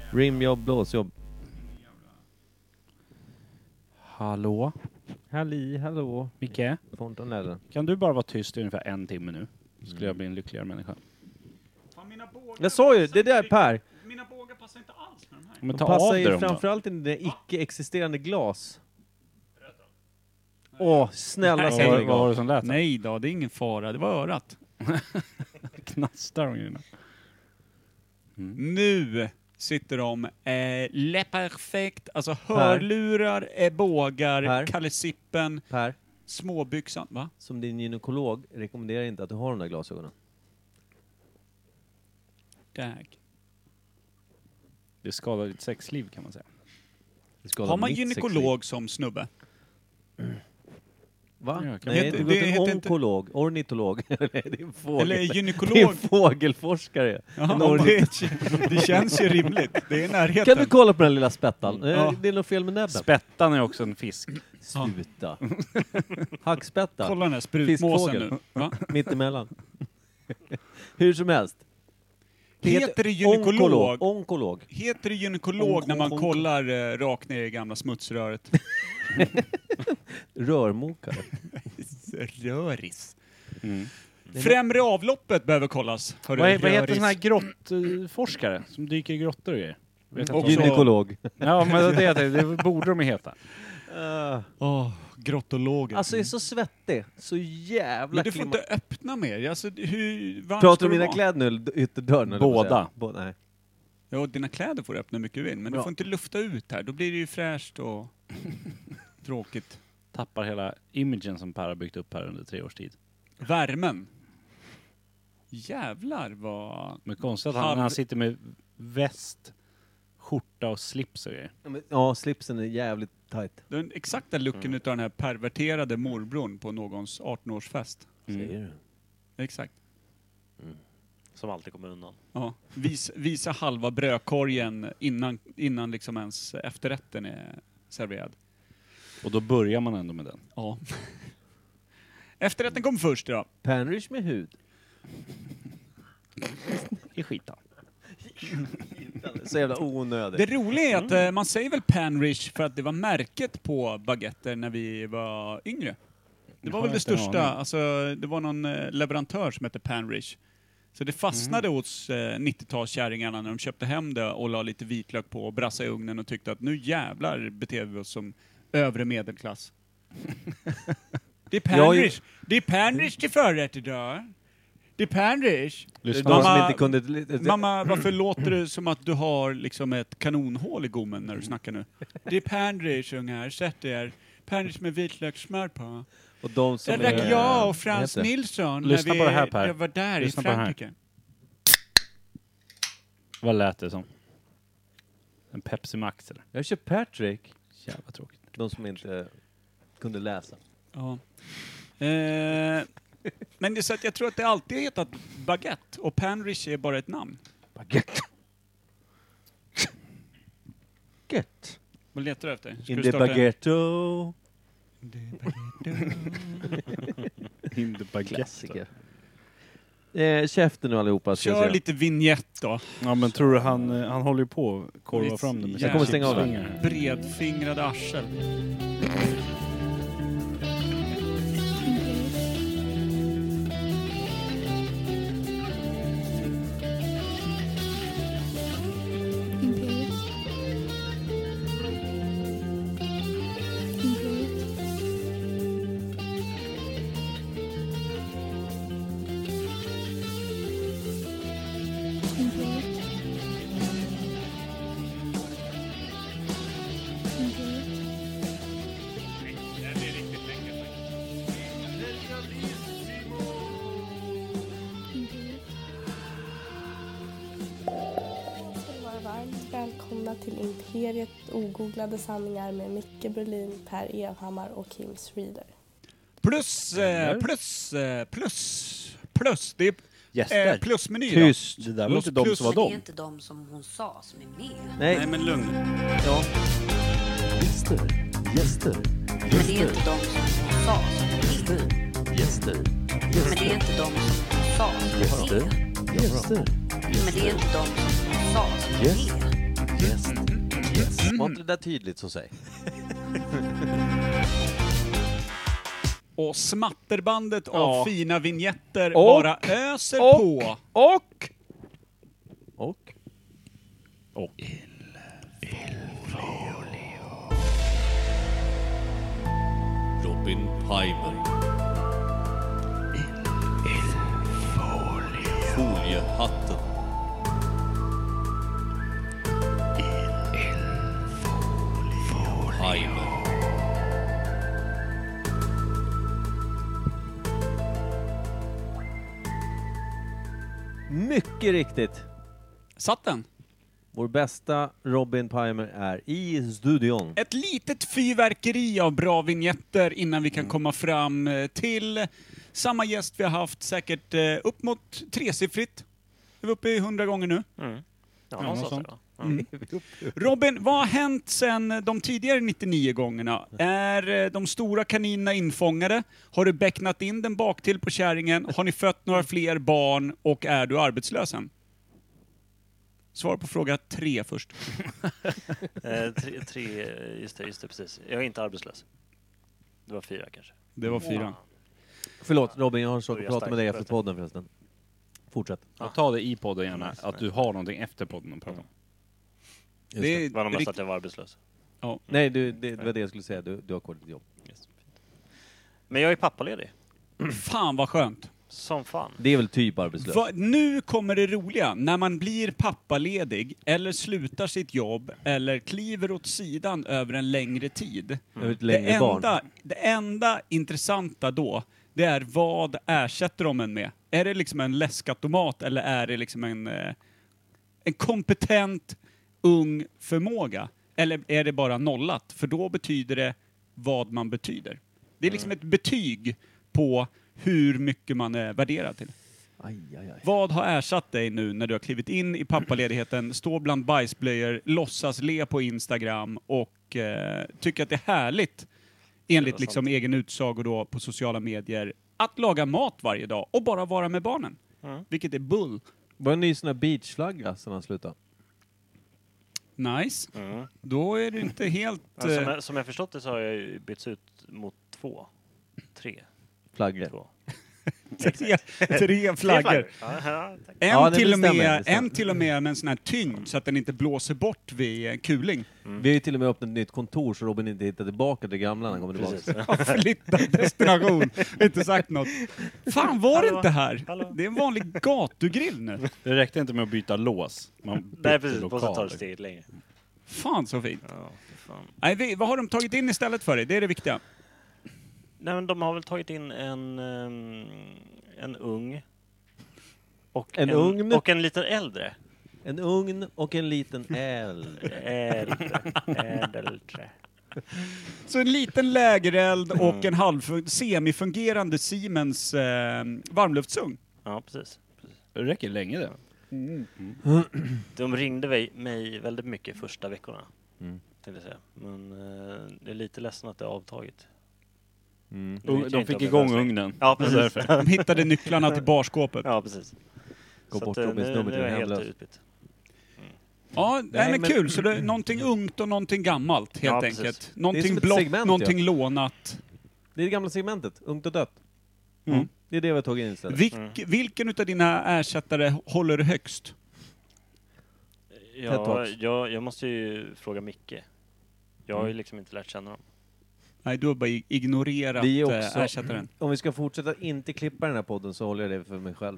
Rimjobb, blåsjobb. Hallå? Hallå. Micke? Fontanellen. Kan du bara vara tyst i ungefär 1 timme nu? Skulle jag bli en lyckligare människa. Jag sa ju, det där Per. Mina bågar passar inte alls med de här. Men De ta passar av ju dem framförallt i det icke-existerande glas. Åh, snälla då. säg Vad det var det glas. som lät? Nej då, det är ingen fara. Det var örat. Knastar de grejerna. Nu sitter de le perfekt. Alltså hörlurar, bågar, Här. Kalle Sippen, Per, småbyxan. Va? som din gynekolog rekommenderar inte att du har de där glasögonen. Dag. Det skadar ditt sexliv kan man säga. Det skadar Har man mitt gynekolog som snubbe? sexliv. Va? Ja, kan Nej, det- du går det till heter en inte- onkolog, ornitolog. Nej, det är en fågel. Eller Det är en gynekolog? fågelforskare. Ja, det känns ju rimligt. Det är närheten. Kan du kolla på den lilla spettan? Ja. Det är något fel med näbben. Spettan är också en fisk. Sluta. Hackspetta. Kolla den här sprutmåsen Fiskfågel. nu. Va? Mittemellan. Hur som helst. Heter det gynekolog? Onkolog. Heter det gynekolog när man kollar rakt ner i gamla smutsröret? Rörmokare. Röris. Mm. Främre avloppet behöver kollas. Vad heter sån här grottforskare som dyker i grottor och grejer? Vet jag inte. Gynekolog. Ja, men det borde de ju heta. Grottologer. Alltså jag är så svettig. Så jävla Men du får inte öppna mer. Alltså, hur varmt Pratar ska du om det mina vara? kläder nu? Ytterdörren? eller vad säger jag? Nej. Ja, dina kläder får du öppna mycket du vill. Men du Ja. får inte lufta ut här. Då blir det ju fräscht och tråkigt. Tappar hela imagen som Per har byggt upp här under 3 års tid. Värmen. Jävlar vad... Men konstigt att han sitter med väst, skjorta och slips och grejer. Ja, slipsen är jävligt tight. Den exakta looken utav den här perverterade morbrorn på någons 18-årsfest. Säger du? Exakt. Som alltid kommer undan. Ja. Visa halva brödkorgen innan liksom ens efterrätten är serverad. Och då börjar man ändå med den. Ja. Efterrätten kom först då. Panrish med hud. I skitan. Så jävla onödigt. Det roliga är att man säger väl Panrish för att det var märket på baguetter när vi var yngre. Det var Jag väl har det inte en största, aning. alltså det var någon leverantör som hette Panrish. Så det fastnade hos 90-talskärringarna när de köpte hem det och la lite vitlök på och brassade i ugnen och tyckte att nu jävlar beter vi oss som övre medelklass. Det är Panrish. Det är Panrish till förrätt idag. Det är Panrish. Lyssna De på, som inte kunde... Mamma, varför låter det som att du har liksom ett kanonhål i gommen när du snackar nu? Det är Panrish, ungar. Sätt er. Panrish med vitlökssmör på. Och de som Det drack jag och Frans vad heter det? Nilsson Lyssna när på det här, Per. jag var där Lyssna i på det här. Frankrike. vad lät det som? En Pepsi Max eller? Jag har köpt Patrick. Jävla tråkigt. De som inte kunde läsa. Ja. Men det är så att jag tror att det alltid har hetat baguette och Panrish är bara ett namn. Baguette. Gött. Vad letar du efter? Ska In du the starta baguetto. In the baguette. Klassiker. Käften nu allihopa. ska jag Kör säga. lite vignett då. Ja, men tror du han håller ju på att korva Lite fram det med Jag kommer stänga av den. chipsvingar. Bredfingrade arsel. Imperiet. Imperiet. Imperiet. Imperiet. Imperiet. Ska ni vara varmt välkomna till Imperiet ogooglade sanningar med Micke Berlin, Per Evhammar och Kim Reader. Plus. Det är Gäster. plusmeny då. Tyst. Det där var inte de Plus- som var Men det är de. inte de som hon sa som är med. Nej. Nej men lugn. Ja. Gäster. Gäster. Men det är inte de som hon sa som är med. Gäster. Men det är inte de som hon sa som är med. Gäster. Men det är inte de som hon sa som är med. Gäst. Yes. Var inte det där tydligt så säg? Och smatterbandet av fina vignetter Och- bara öser på. Och? Robin Pimer. Foliehatten. Pimer. Mycket riktigt. Satt den? Vår bästa Robin Pimer är i studion. Ett litet fyrverkeri av bra vignetter innan vi kan komma fram till samma gäst vi har haft säkert upp mot tresiffrigt. Är vi uppe i 100 gånger nu. Ja, något något sånt. sånt. Robin, vad har hänt sen de tidigare 99 gångerna? Är de stora kaninerna infångade? Har du bäcknat in den baktill på kärringen? Har ni fött några fler barn? Och är du arbetslös än? Svar på fråga 3 först. Just det, precis. Jag är inte arbetslös. Det var 4 kanske. Det var 4. Förlåt Robin, jag har en sak att Börja prata med dig starkt. efter podden förresten. Fortsätt. Jag tar det i podden gärna, att du har någonting efter podden att prata om. Just Det det. Det var nog mest är att jag var arbetslös. Nej, det var det jag skulle säga. Du har kvar ditt jobb. Yes. Men jag är pappaledig. Fan vad skönt. Som fan. Det är väl typ arbetslös? Nu kommer det roliga. När man blir pappaledig, eller slutar sitt jobb, eller kliver åt sidan över en längre tid. Över ett längre barn. Det enda intressanta då, det är vad ersätter de en med? Är det liksom en läskautomat eller är det liksom en kompetent ung förmåga? Eller är det bara nollat? För då betyder det vad man betyder. Det är liksom ett betyg på hur mycket man är värderad till. Aj. Vad har ersatt dig nu när du har klivit in i pappaledigheten, står bland bajsblöjor, låtsas le på Instagram och tycker att det är härligt, enligt liksom egen utsago då på sociala medier, att laga mat varje dag och bara vara med barnen? Vilket är bull. Var en ny sån här beachflagga sen han slutade? Nice. Då är du inte helt... Som jag förstått det så har jag ju bytts ut mot 3 Flaggor. 2. tre flaggor. Ja, tack. Ja, det stämmer. En till och med med en sån här tyngd så att den inte blåser bort vid kuling. Vi har ju till och med öppnat ett nytt kontor så Robin inte hittar tillbaka det gamla när han kommer tillbaka. Precis. Flyttad destination. Inte sagt något. Fan, var det Hallå? inte här? Hallå? Det är en vanlig gatugrill nu. Det räckte inte med att byta lås. Man bytte Nej, precis. lokal. Måste ta det steget längre. Fan så fint. Ja, för fan. Nej, vad har de tagit in istället för dig? Det är det viktiga. Nej, men de har väl tagit in en ung. Och En ugn? Och en liten äldre. En ugn och en liten äldre. Äldre. Så en liten lägereld och en semifungerande Siemens varmluftsugn. Ja, precis. Det räcker länge det. De ringde mig väldigt mycket första veckorna. Mm. Tänkte jag säga. Men det är lite ledsen att det har avtagit. Mm. Nu vet jag De inte fick om det igång löser- ugnen. Ja, Det är precis. därför. De hittade nycklarna till barskåpet. Ja, precis. Gå Så bort att, Robins nummer nu till är en jag helt hemlös. utbytt. Ja, nej, men men- kul. Så det är någonting ungt och någonting gammalt, helt Ja, enkelt. precis. Det är Någonting som ett blått, segment, någonting lånat. Det är det gamla segmentet, ungt och dött. Mm. Det är det vi har tagit in istället. Vilken utav dina ersättare håller du högst? TED Talks. Jag måste ju fråga Micke. Jag har ju liksom inte lärt känna dem. Nej, du har bara ignorerat Vi är också- ersättaren. Om vi ska fortsätta inte klippa den här podden så håller jag det för mig själv.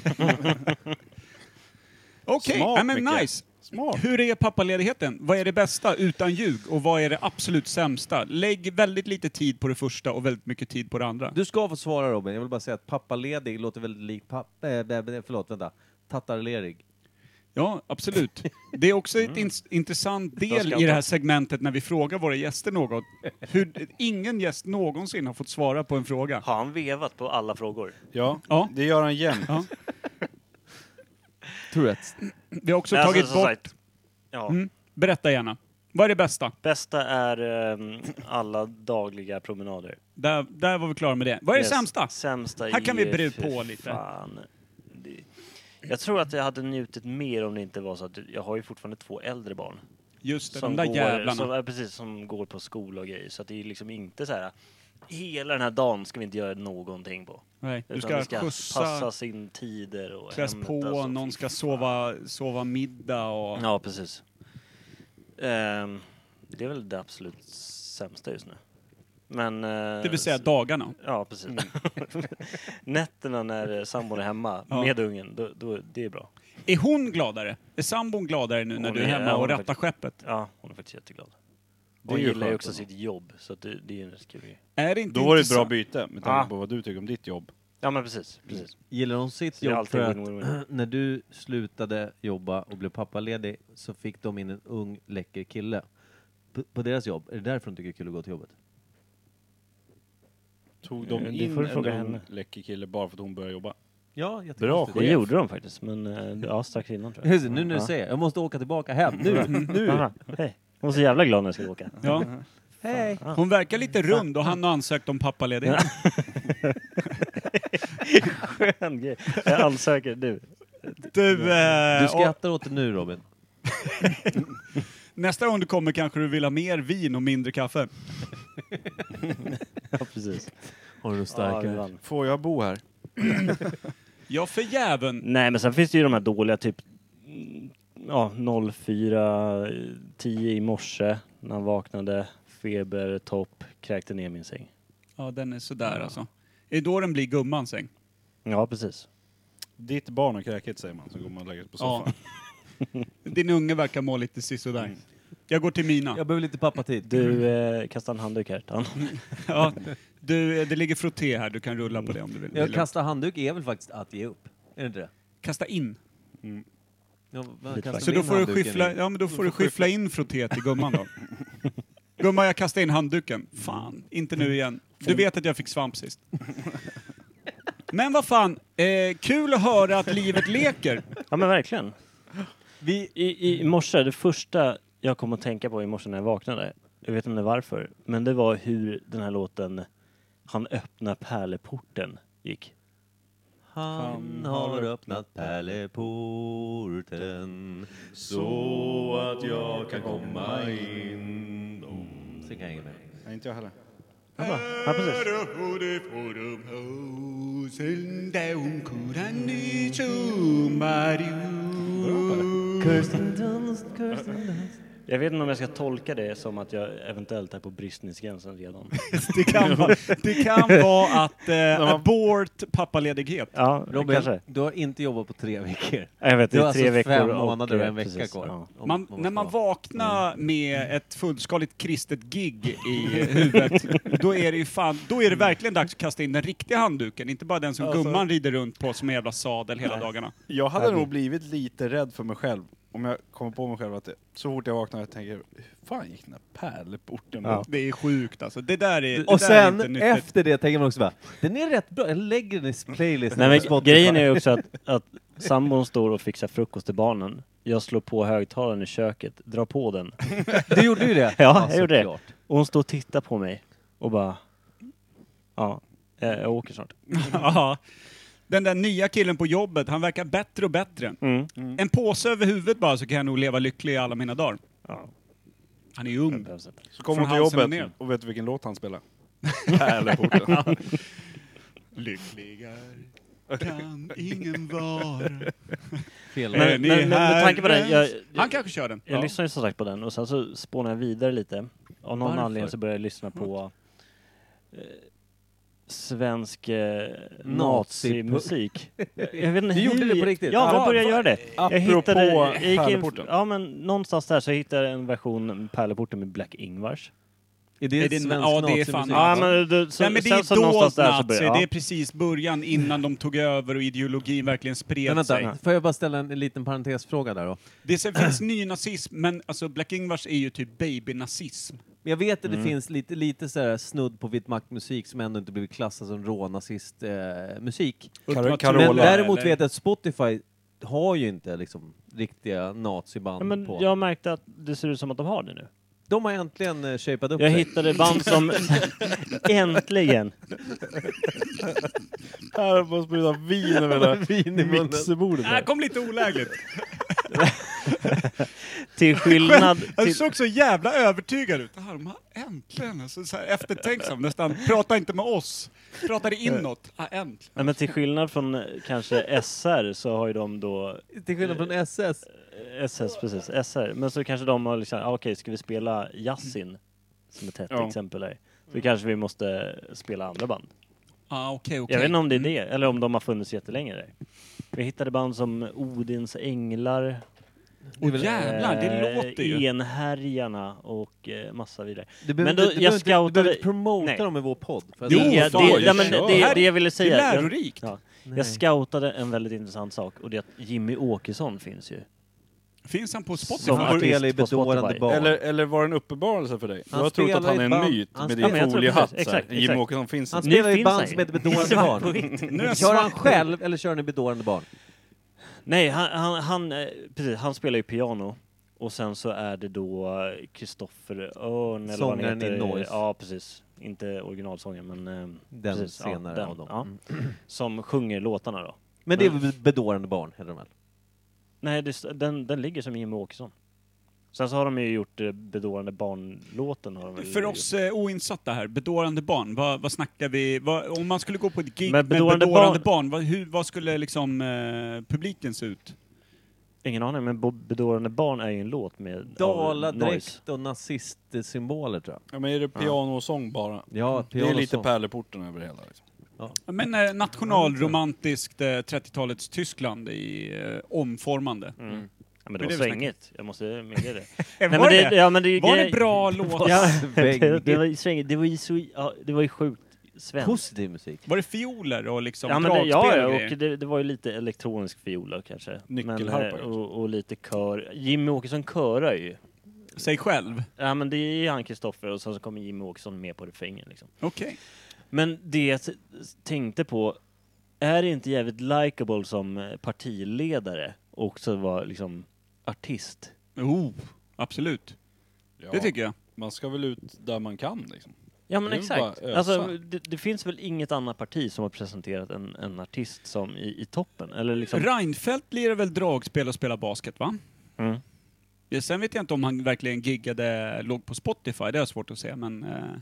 Okej, Smart, nej, men Micke. nice. Smart. Hur är pappaledigheten? Vad är det bästa utan ljug och vad är det absolut sämsta? Lägg väldigt lite tid på det första och väldigt mycket tid på det andra. Du ska få svara Robin, jag vill bara säga att pappaledig låter väldigt likt tattarledig. Ja, absolut. Det är också ett intressant del i det här segmentet när vi frågar våra gäster något. Ingen gäst någonsin har fått svara på en fråga. Har han vevat på alla frågor? Ja, Ja. det gör han jämt. Ja. Tourettes. Vi har också Nej, tagit alltså, som bort... sagt, ja. Berätta gärna. Vad är det bästa? Bästa är alla dagliga promenader. Där var vi klara med det. Vad är det sämsta? Sämsta Här kan vi är bre för på lite. Fan. Jag tror att jag hade njutit mer om det inte var så att jag har ju fortfarande 2 äldre barn. Just det, Som de där jävlarna. som går på skola och grejer. Så att det är liksom inte så här. Hela den här dagen ska vi inte göra någonting på. Nej, du Utan ska vi ska skjutsa, passa sin tider och kläs hämtas på, och någon fy ska fan. sova middag och... Ja, precis. Det är väl det absolut sämsta just nu. Men, Det vill säga dagarna. Ja, precis. Nätterna när sambon är hemma med ungen, då det är bra. Är hon gladare? Är sambon gladare nu när Hon du är är- hemma ja, och hon är rattar faktiskt- skeppet? Ja, hon är faktiskt jätteglad. Det är Hon ju gillar ju skönt också ändå. sitt jobb, så att det är ju en rätt kul grej. Är det inte Då var det ett bra intressant? byte med tanke på vad du tycker om ditt jobb. Ja, men precis. Gillar de sitt Så det är jobb alltid för att win-win-win. när du slutade jobba och blev pappaledig så fick de in en ung, läcker kille på deras jobb? Är det därför de tycker det är kul att gå till jobbet? Tog de Det in får du en fråga ung henne. läcker kille bara för att hon började jobba? Ja, jag Bra tycker Det det. gjorde de faktiskt, men ja, strax innan tror jag. Just det, nu när du säger jag måste åka tillbaka hem, nu! Aha, hej. Hon var så jävla glad när jag skulle åka. Ja. Hej! Hon verkar lite rund och han har ansökt om pappaledighet. Skön grej. Jag ansöker du. Du, Du skrattar åt det nu, Robin. nästa gång du kommer kanske du vill ha mer vin och mindre kaffe. Ja, precis. Har du något Ja, starkare? vi vann. Får jag bo här? Ja, för jäveln. Nej, men sen finns det ju de här dåliga typ 04:10 i morse när han vaknade, feber, topp, kräkte ner min säng. Ja, den är sådär alltså. Är det då den blir gummans säng? Ja, precis. Ditt barn har kräkigt säger man, så går man och lägger sig på Ja. soffan. Din unge verkar må lite sisådär. Jag går till mina. Jag behöver lite pappatid. Du, kasta en handduk här. Ja, du, det ligger frotté här, du kan rulla på det om du vill. Jag kasta handduk är väl faktiskt att ge upp? Är det inte det? Kasta in. Ja, man Lite kastar Så in då får du handduken skiffla, i. ja, men då får du skiffla in frotté till gumman då. Gumman, jag kastar in handduken. Fan, inte nu igen. Du vet att jag fick svamp sist. Men vad fan, kul att höra att livet leker. Ja, men verkligen. Vi, I morse, det första jag kom att tänka på i morse när jag vaknade, jag vet inte varför, men det var hur den här låten Han öppnar pärleporten gick. han har öppnat pärleporten så att jag kan komma in. Sen kan jag inget mer. Nej, inte jag heller. Ja, precis. Kirsten Dunst. Jag vet inte om jag ska tolka det som att jag eventuellt är på bristningsgränsen redan. Det kan vara att abort pappaledighet. Ja, Robin, kanske. du har inte jobbat på 3 veckor. Jag vet, det Du är har 3 alltså veckor 5 månader och en vecka precis, kvar. ja. När man vaknar med ett fullskaligt kristet gig i huvudet, då är det ju fan, då är det verkligen dags att kasta in den riktiga handduken, inte bara den som gumman rider runt på som en jävla sadel hela dagarna. Jag hade nog blivit lite rädd för mig själv om jag kommer på mig själv att så fort jag vaknar jag tänker, hur fan gick den här pärleporten? Ja. Det är sjukt alltså. Det där är, Och det där är inte sen nyttigt. efter det tänker man också bara, den är rätt bra, jag lägger den i playlisten. Nej, men på Spotify. grejen är ju också att sambon står och fixar frukost till barnen. Jag slår på högtalaren i köket, drar på den. Du gjorde ju det. Ja, jag gjorde det. såklart. Och hon står och tittar på mig och bara, ja, jag åker snart. Ja. Den där nya killen på jobbet, han verkar bättre och bättre. En påse över huvudet bara så kan jag nog leva lycklig i alla mina dagar. Ja, Han är ju ung. Så kommer Från hon till halsen och jobbet ner. och vet du vilken låt han spelar? Pärleporten. Lyckligare kan ingen vara. Fel. Men med tanke på det, Han kanske kör den. jag lyssnade ju som sagt på den och sen så spånade jag vidare lite. Av någon Varför? anledning så började jag lyssna på svensk nazimusik. Jag vet inte Du gjorde hur- det på riktigt? Ja, jag började göra det. Apropå jag gick in, Pärleporten. ja, men någonstans där så hittade jag en version Pärleporten med Black Ingvars. Är det, Är det- svensk ja, det är nazimusik? fan- Ja, men det, så, Nej, men det sen är så någonstans dolt där så nazi, började, det är precis början innan de tog över och ideologin verkligen Men spred sig. vänta, får jag bara ställa en liten parentesfråga där då? Det finns ny nazism, men alltså Black Ingvars är ju typ babynazism. Jag vet att det finns lite så här snudd på vit maktmusik som ändå inte blivit klassad som rånazist musik. Carola. Men däremot eller- vet jag att Spotify har ju inte liksom riktiga naziband Ja, men på. jag märkte att det ser ut som att de har det nu. De har äntligen shapat upp Jag sig. hittade band som... Äntligen! Här får spruta vin över Vin i munnen. mixerbordet. Det här kom lite olägligt. Till skillnad... Han såg så jävla övertygad ut. De har äntligen, alltså, så här eftertänksam nästan. Prata inte med oss. Pratade inåt. Äntligen. Nej, men till skillnad från kanske SR så har ju de då... Till skillnad från SS. SS, precis. SR. Men så kanske de har liksom, okej, ska vi spela Yasin som ett hett exempel här. Så kanske vi måste spela andra band. Okej. Jag vet inte om det är det, eller om de har funnits jättelänge där. Vi hittade band som Odins Änglar. Jävlar, det låter ju. Enhärjarna och massa vidare. Du Men behöver då, inte, jag du scoutade... behöver inte promota Nej. dem i vår podd. För Jo, att- det jag ville säga. Det är lärorikt. Jag scoutade en väldigt intressant sak och det är att Jimmy Åkesson finns ju. Finns han på Spotify? Som Han spelar i artist på bedårande Spotify. barn. Eller var det en uppenbarelse för dig? Han Jag har trott att spelar han är i en band. myt Han med spelar- din Ja, men jag tror foliehatt. precis. så här. Exakt, Jimmy exakt. Åkesson finns Han inte. spelar i finns band han som ju. heter Bedårande barn. Nu är jag Kör han svart. själv eller kör ni Bedårande barn? Nej, precis, han spelar ju piano. Och sen så är det då Kristoffer Örn eller vad han Sångaren heter. i Noise. Ja, precis. Inte originalsången, men Den precis, senare den, av dem. ja. Som sjunger låtarna då. Men det är väl Bedårande barn, heter de väl? Nej, den ligger som Jimmy Åkesson. Sen så har de ju gjort Bedårande barn-låten. Har de väl För oss oinsatta här, bedårande barn, vad snackar vi? Om man skulle gå på ett gig Men med bedårande bedårande barn, vad skulle liksom publiken se ut? Ingen aning, men Bedårande barn är ju en låt med Noise. Daladräkt och nazistsymboler, tror jag. Ja, men är det piano och sång bara? Ja, Det är lite pärleporten över hela. Liksom. Men nationalromantiskt 30-talets Tyskland i omformande. Ja, men Det det är var det vi svängigt. Jag måste medge det. Var men det? Ja, men det Var det bra låt? Ja, Svängigt. det var ju svängigt. Det var ju sjukt svenskt. Positiv musik. Var det fioler och liksom Ja, men dragspel och grejer? och det var ju lite elektronisk fiola kanske. Nyckelharpa Men, och lite kör. Jimmy Åkesson körar ju. Sig själv? Ja, men det är han Kristoffer och sen så kommer Jimmy Åkesson med på refrängen liksom. Okej. Men det jag tänkte på, är det inte jävligt likeable som partiledare och så var liksom artist? Absolut. Ja, Det tycker jag. man ska väl ut där man kan liksom. Ja, men Det är exakt. bara ösa. Alltså, det finns väl inget annat parti som har presenterat en artist som i toppen? Eller liksom... Reinfeldt lirar väl dragspel och spelar basket, va? Mm. Ja, sen vet jag inte om han verkligen låg på Spotify, det är svårt att säga, men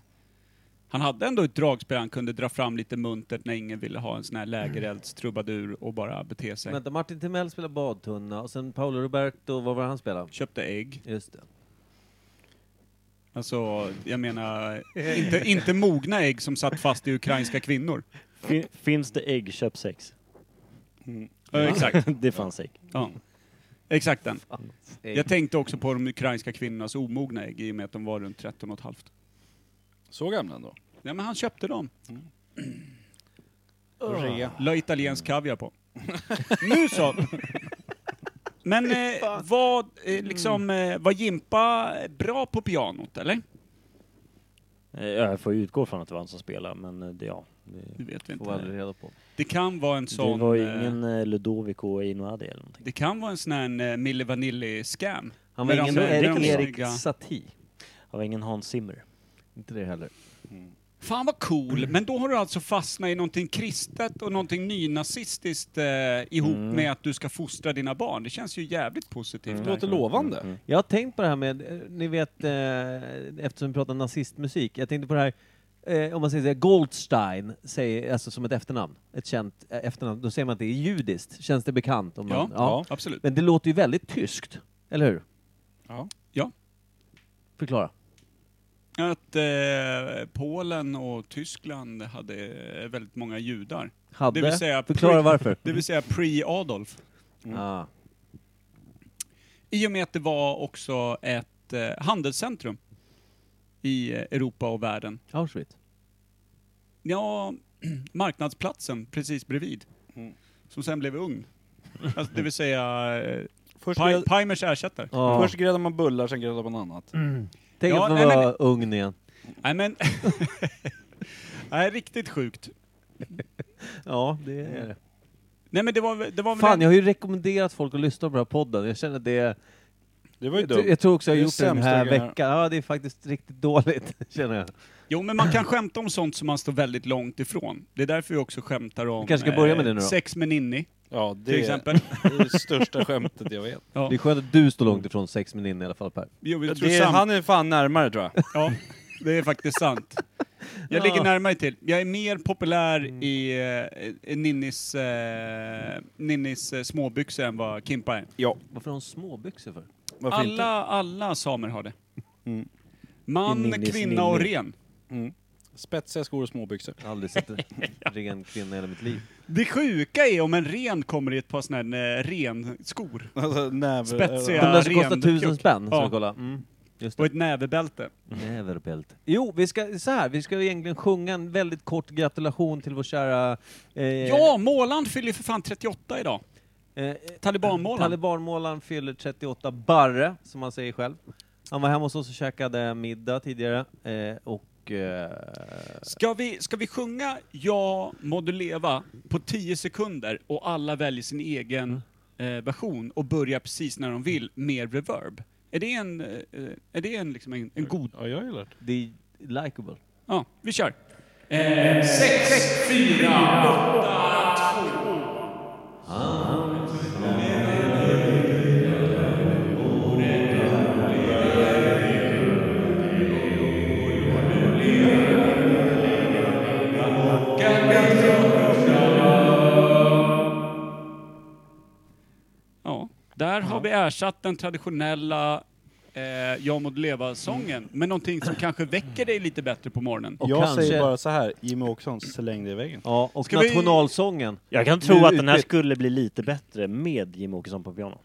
han hade ändå ett dragspel han kunde dra fram lite muntert när ingen ville ha en sån här lägereldstrubadur och bara bete sig. Vänta, Martin Timell spelar badtunna och sen Paolo Roberto, vad var det han spelade? Köpte ägg. Just det. Alltså, jag menar, inte mogna ägg som satt fast i ukrainska kvinnor. Finns det ägg, köp sex? Ja, exakt. Det fanns ägg. Ja. Exakt den. Ägg. Jag tänkte också på de ukrainska kvinnornas omogna ägg i och med att de var runt 13,5. Så gamla ändå. Ja, men han köpte dem. Rea. La italiensk kaviar på. Nu så! Men var Jimpa bra på pianot, eller? Jag får utgå från att det var han som spelade, men det Det vet vi Får vi aldrig inte. reda på. Det kan vara en sån... det var ju ingen Ludovico Einaudi eller någonting. Det kan vara en sån här Mille Vanilli-scam. Han var Men ingen de- Erik, de- Erik ja. Satie. Det var ingen Hans Zimmer. Inte det heller. Fan vad cool, men då har du alltså fastnat i någonting kristet och någonting nynazistiskt ihop med att du ska fostra dina barn. Det känns ju jävligt positivt. Det där. låter lovande. Jag har tänkt på det här med, ni vet, eftersom vi pratar nazistmusik, jag tänkte på det här, om man säger Goldstein, alltså som ett efternamn, ett känt efternamn, då säger man att det är judiskt. Känns det bekant? Om man, Ja, absolut. Men det låter ju väldigt tyskt, eller hur? Ja. Ja. Förklara. Att Polen och Tyskland hade väldigt många judar. Hade? Det vill säga Förklara varför. Det vill säga pre-Adolf. Ah. I och med att det var också ett handelscentrum i Europa och världen. Auschwitz. Ja, marknadsplatsen precis bredvid. Som sen blev ugn. Alltså, det vill säga Peimers ersättare. Ja. Först gräddar man bullar, sen gräddar man annat. Tänk Ja, att man nej, men- var ugn igen. Nej men... Nej, riktigt sjukt. Ja, det är det. Nej men det var väl... Fan, jag har ju rekommenderat folk att lyssna på den här podden. Jag känner att det är... Det var ju dumt. Jag tror också jag har Det är gjort det den sämsta här grejen. veckan. Ja, det är faktiskt riktigt dåligt, känner jag. Jo, men man kan skämta om sånt som man står väldigt långt ifrån. Det är därför vi också skämtar om Vi kanske ska börja med det nu då. sex med Ninni, Ja, till det exempel. är det största skämtet jag vet. Ja. Det är skönt att du står långt ifrån sex med in i alla fall, Per. Jo, jag tror Han är fan närmare tror jag. Ja, det är faktiskt sant. Jag ligger närmare till. Jag är mer populär i Ninnis småbyxor än vad Kimpa är. Ja. Varför har hon småbyxor för? Varför inte? Alla samer har det. Mm. Man, Ninnis kvinna och Ninni. ren. Mm. Spetsiga skor och småbyxor. Jag har aldrig sett en ren kvinna i hela mitt liv. Det sjuka är om en ren kommer i ett par såna här renskor. Alltså, Spetsiga. De där som kostar ren 1000 kuck. spänn, Ja. så kolla. Just Och det. ett näverbälte. Näverbälte. Jo, vi ska egentligen sjunga en väldigt kort gratulation till vår kära... Ja, Måland fyller för fan 38 idag. Talibanmålaren. Talibanmålaren fyller 38, Barre, som man säger själv. Han var hemma hos oss och käkade middag tidigare. Ska vi sjunga Ja må du leva på 10 sekunder och alla väljer sin egen version och börjar precis när de vill med reverb? Är det en god... Ja, jag gillar det. Det är likeable. Ja, vi kör. 6, 4, 8, 2. Ja, där har vi ersatt den traditionella Jag må leva-sången med någonting som kanske väcker dig lite bättre på morgonen. Och Jag kanske- säger bara så här, Jimmy Åkesson, släng det i väggen. Ja, och Ska vi- nationalsången. Jag kan tro Nu att den här utbytt. skulle bli lite bättre med Jim Åkesson på piano.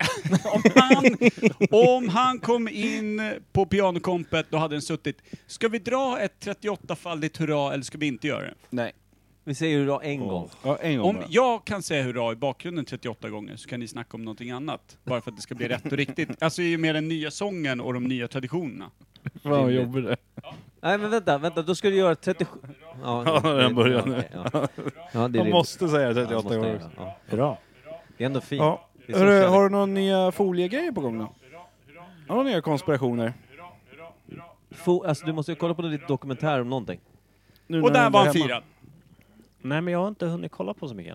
Om han kom in på pianokompet, då hade den suttit. Ska vi dra ett 38-faldigt hurra eller ska vi inte göra det? Nej. Vi säger hurra en gång. Ja, en gång Om bara. jag kan säga hurra i bakgrunden 38 gånger så kan ni snacka om någonting annat. Bara för att det ska bli rätt och riktigt. Alltså i och med den nya sången och de nya traditionerna. Fan vad jobbigt det. Nej, men vänta, då ska du göra 37... Ja, den börjar nu. okej, ja. Ja, det är Man rimligt. måste säga Ja, 38 måste gånger. jag, ja. Bra. Det är ändå fint. Ja. Det är så Hörru, kärlek. har du några nya foliegrejer på gång då? Har du nya konspirationer? Alltså, du måste ju kolla på ditt dokumentär om någonting. Nu Och när där du var han hemma. firad. Nej, men jag har inte hunnit kolla på så mycket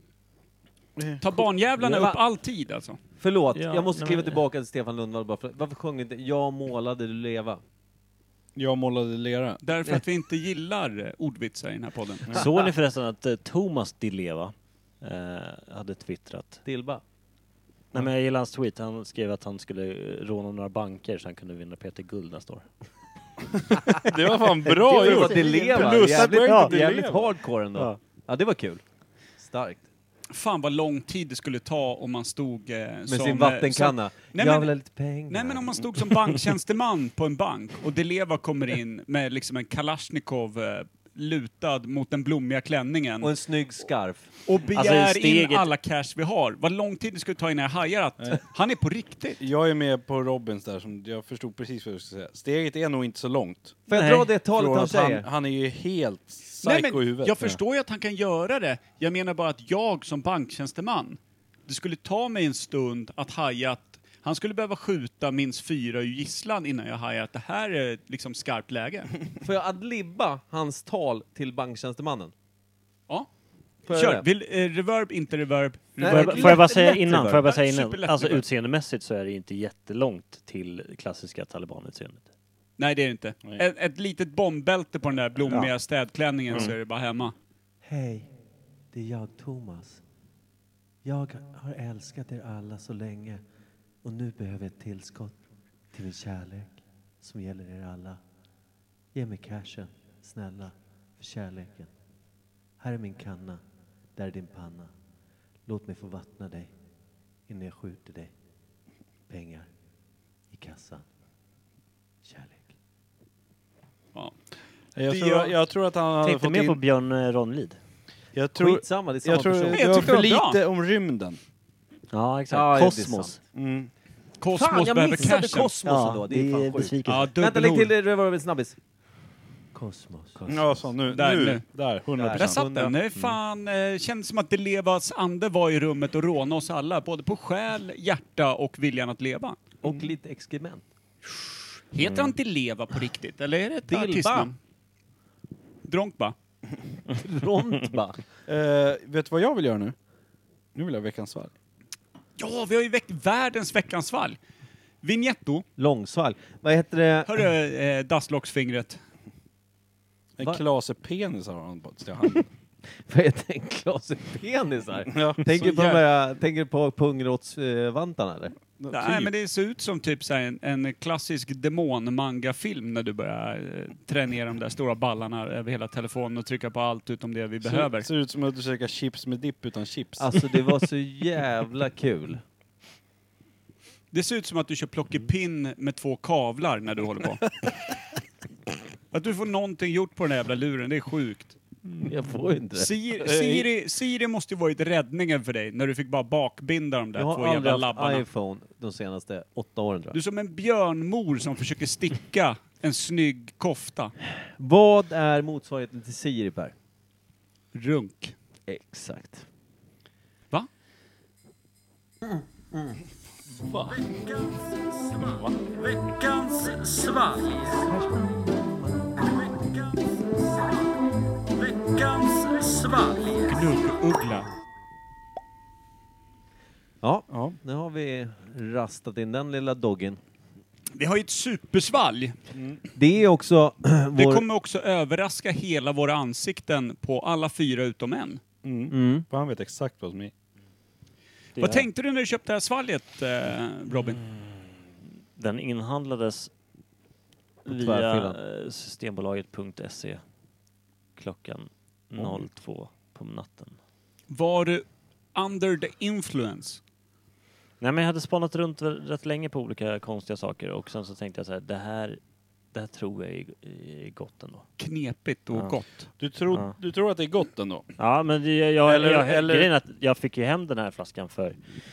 än. Ta barnjävlarna Ja, va? upp all tid alltså. Förlåt, Ja, jag måste nej, kliva men- tillbaka till Stefan Lundvall bara för, varför sjöng inte Jag målade du leva? Jag målade lera. Därför att vi inte gillar ordvitsar i den här podden. Såg ni förresten att Thomas Di Leva hade twittrat? Dilba. Nej, men jag gillar hans tweet. Han skrev att han skulle råna några banker så han kunde vinna Peter Guld nästa år. Det var fan bra det gjort! var Dileva. Plus Jävligt, poäng till jävligt Dileva. hardcore ändå. Ja. Ja, det var kul. Starkt. Fan vad lång tid det skulle ta om man stod Med som... sin vattenkanna. Nej, Jag men- vill ha lite pengar. Nej, men om man stod som banktjänsteman på en bank och Deleva kommer in med liksom en Kalashnikov lutad mot den blommiga klänningen Och en snygg skarf. och begär Alltså, in alla cash vi har. Vad lång tid det skulle ta innan jag hajar att han är på riktigt. Jag är med på Robins där, som jag förstod precis vad du ska säga. Steget är nog inte så långt. Får jag Nej. dra det talet Från han att säger? han är ju helt Nej, psycho i men huvudet. jag förstår ju att han kan göra det. Jag menar bara att jag som banktjänsteman, det skulle ta mig en stund att haja att han skulle behöva skjuta minst 4 ur gisslan innan jag hajar att det här är liksom skarpt läge. Får jag adlibba hans tal till banktjänstemannen? Ja. Får jag göra Kör. det? Vill, reverb, inte reverb. Nej, Får jag bara säga lätt innan? reverb. Får jag bara säga innan? Superlätt Alltså reverb. utseendemässigt så är det inte jättelångt till klassiska talibanutseendet. Nej, det är det inte. Nej. Ett litet bombbälte på den där blommiga städklänningen så är det bara hemma. Hej, det är jag Thomas. Jag har älskat er alla så länge och nu behöver jag ett tillskott till min kärlek som gäller er alla. Ge mig cashen, snälla, för kärleken. Här är min kanna, där är din panna. Låt mig få vattna dig innan jag skjuter dig. Pengar i kassan. Kärlek. Ja. Jag tror att han hade Tänkte fått mer på in... Björn Ronlid. Jag tror, Skitsamma, det är samma jag tror person. Men jag det var tyckte för det var bra. lite om rymden. Ja, exakt. Ja, det är Kosmos. Mm. Kosmos Fan, jag behöver missade cashen. Kosmos Ja, ändå. det Det är fan är sjukt. besvikelse. Ja, Vänta, lägg dubbelord. till reverben snabbis. Kosmos. Ja, så nu. Där, nu. nu. Där, 100%. Där satt den. Det är fan, kändes som att Delevas ande var i rummet och rånade oss alla. Både på själ, hjärta och viljan att leva. Och lite exkrement. Heter han Dileva på riktigt? Eller är det ett Dilba. artistnamn? Dronkba? Rontba. Vet du vad jag vill göra nu? Nu vill jag veckans svalg. Ja, vi har ju väckt världens veckans svalg. Vignetto. Långsvalg. Vad heter det? Hörru, dasslocksfingret. En Va? klase penis har han på handen. Vad heter en klase penisar? Ja, Tänker du på pungrottsvantarna eller? Nej, men det ser ut som typ så här en klassisk demon-manga-film när du börjar trä ner de där stora ballarna över hela telefonen och trycka på allt utom det vi behöver. Ser ut som att du käkar chips med dipp utan chips. Alltså det var så jävla kul. Det ser ut som att du kör plockepinn med 2 kavlar när du håller på. Att du får någonting gjort på den här jävla luren, det är sjukt. Jag får ju inte det. Siri måste ju varit räddningen för dig när du fick bara bakbinda de där Jag 2 har jävla aldrig haft labbarna. iPhone de senaste 8 åren tror Du är jag. som en björnmor som försöker sticka en snygg kofta. Vad är motsvarigheten till Siri, Per? Runk. Exakt. Va? Gnugguggla. Ja, Ja. nu har vi rastat in den lilla doggen. Vi har ju ett supersvalg. Det är också Det vår... kommer också överraska hela våra ansikten på alla 4 utom en. Mm. För han vet exakt vad som är. Vad tänkte du när du köpte det här svalget, Robin? Den inhandlades via tvärfyllan. systembolaget.se klockan 02 på natten. Var du under the influence? Nej, men jag hade spanat runt rätt länge på olika konstiga saker och sen så tänkte jag så här, det här tror jag är gott ändå. Knepigt och Ja. gott. Du tror att det är gott ändå? Ja, men Eller- grejen är att jag fick ju hem den här flaskan för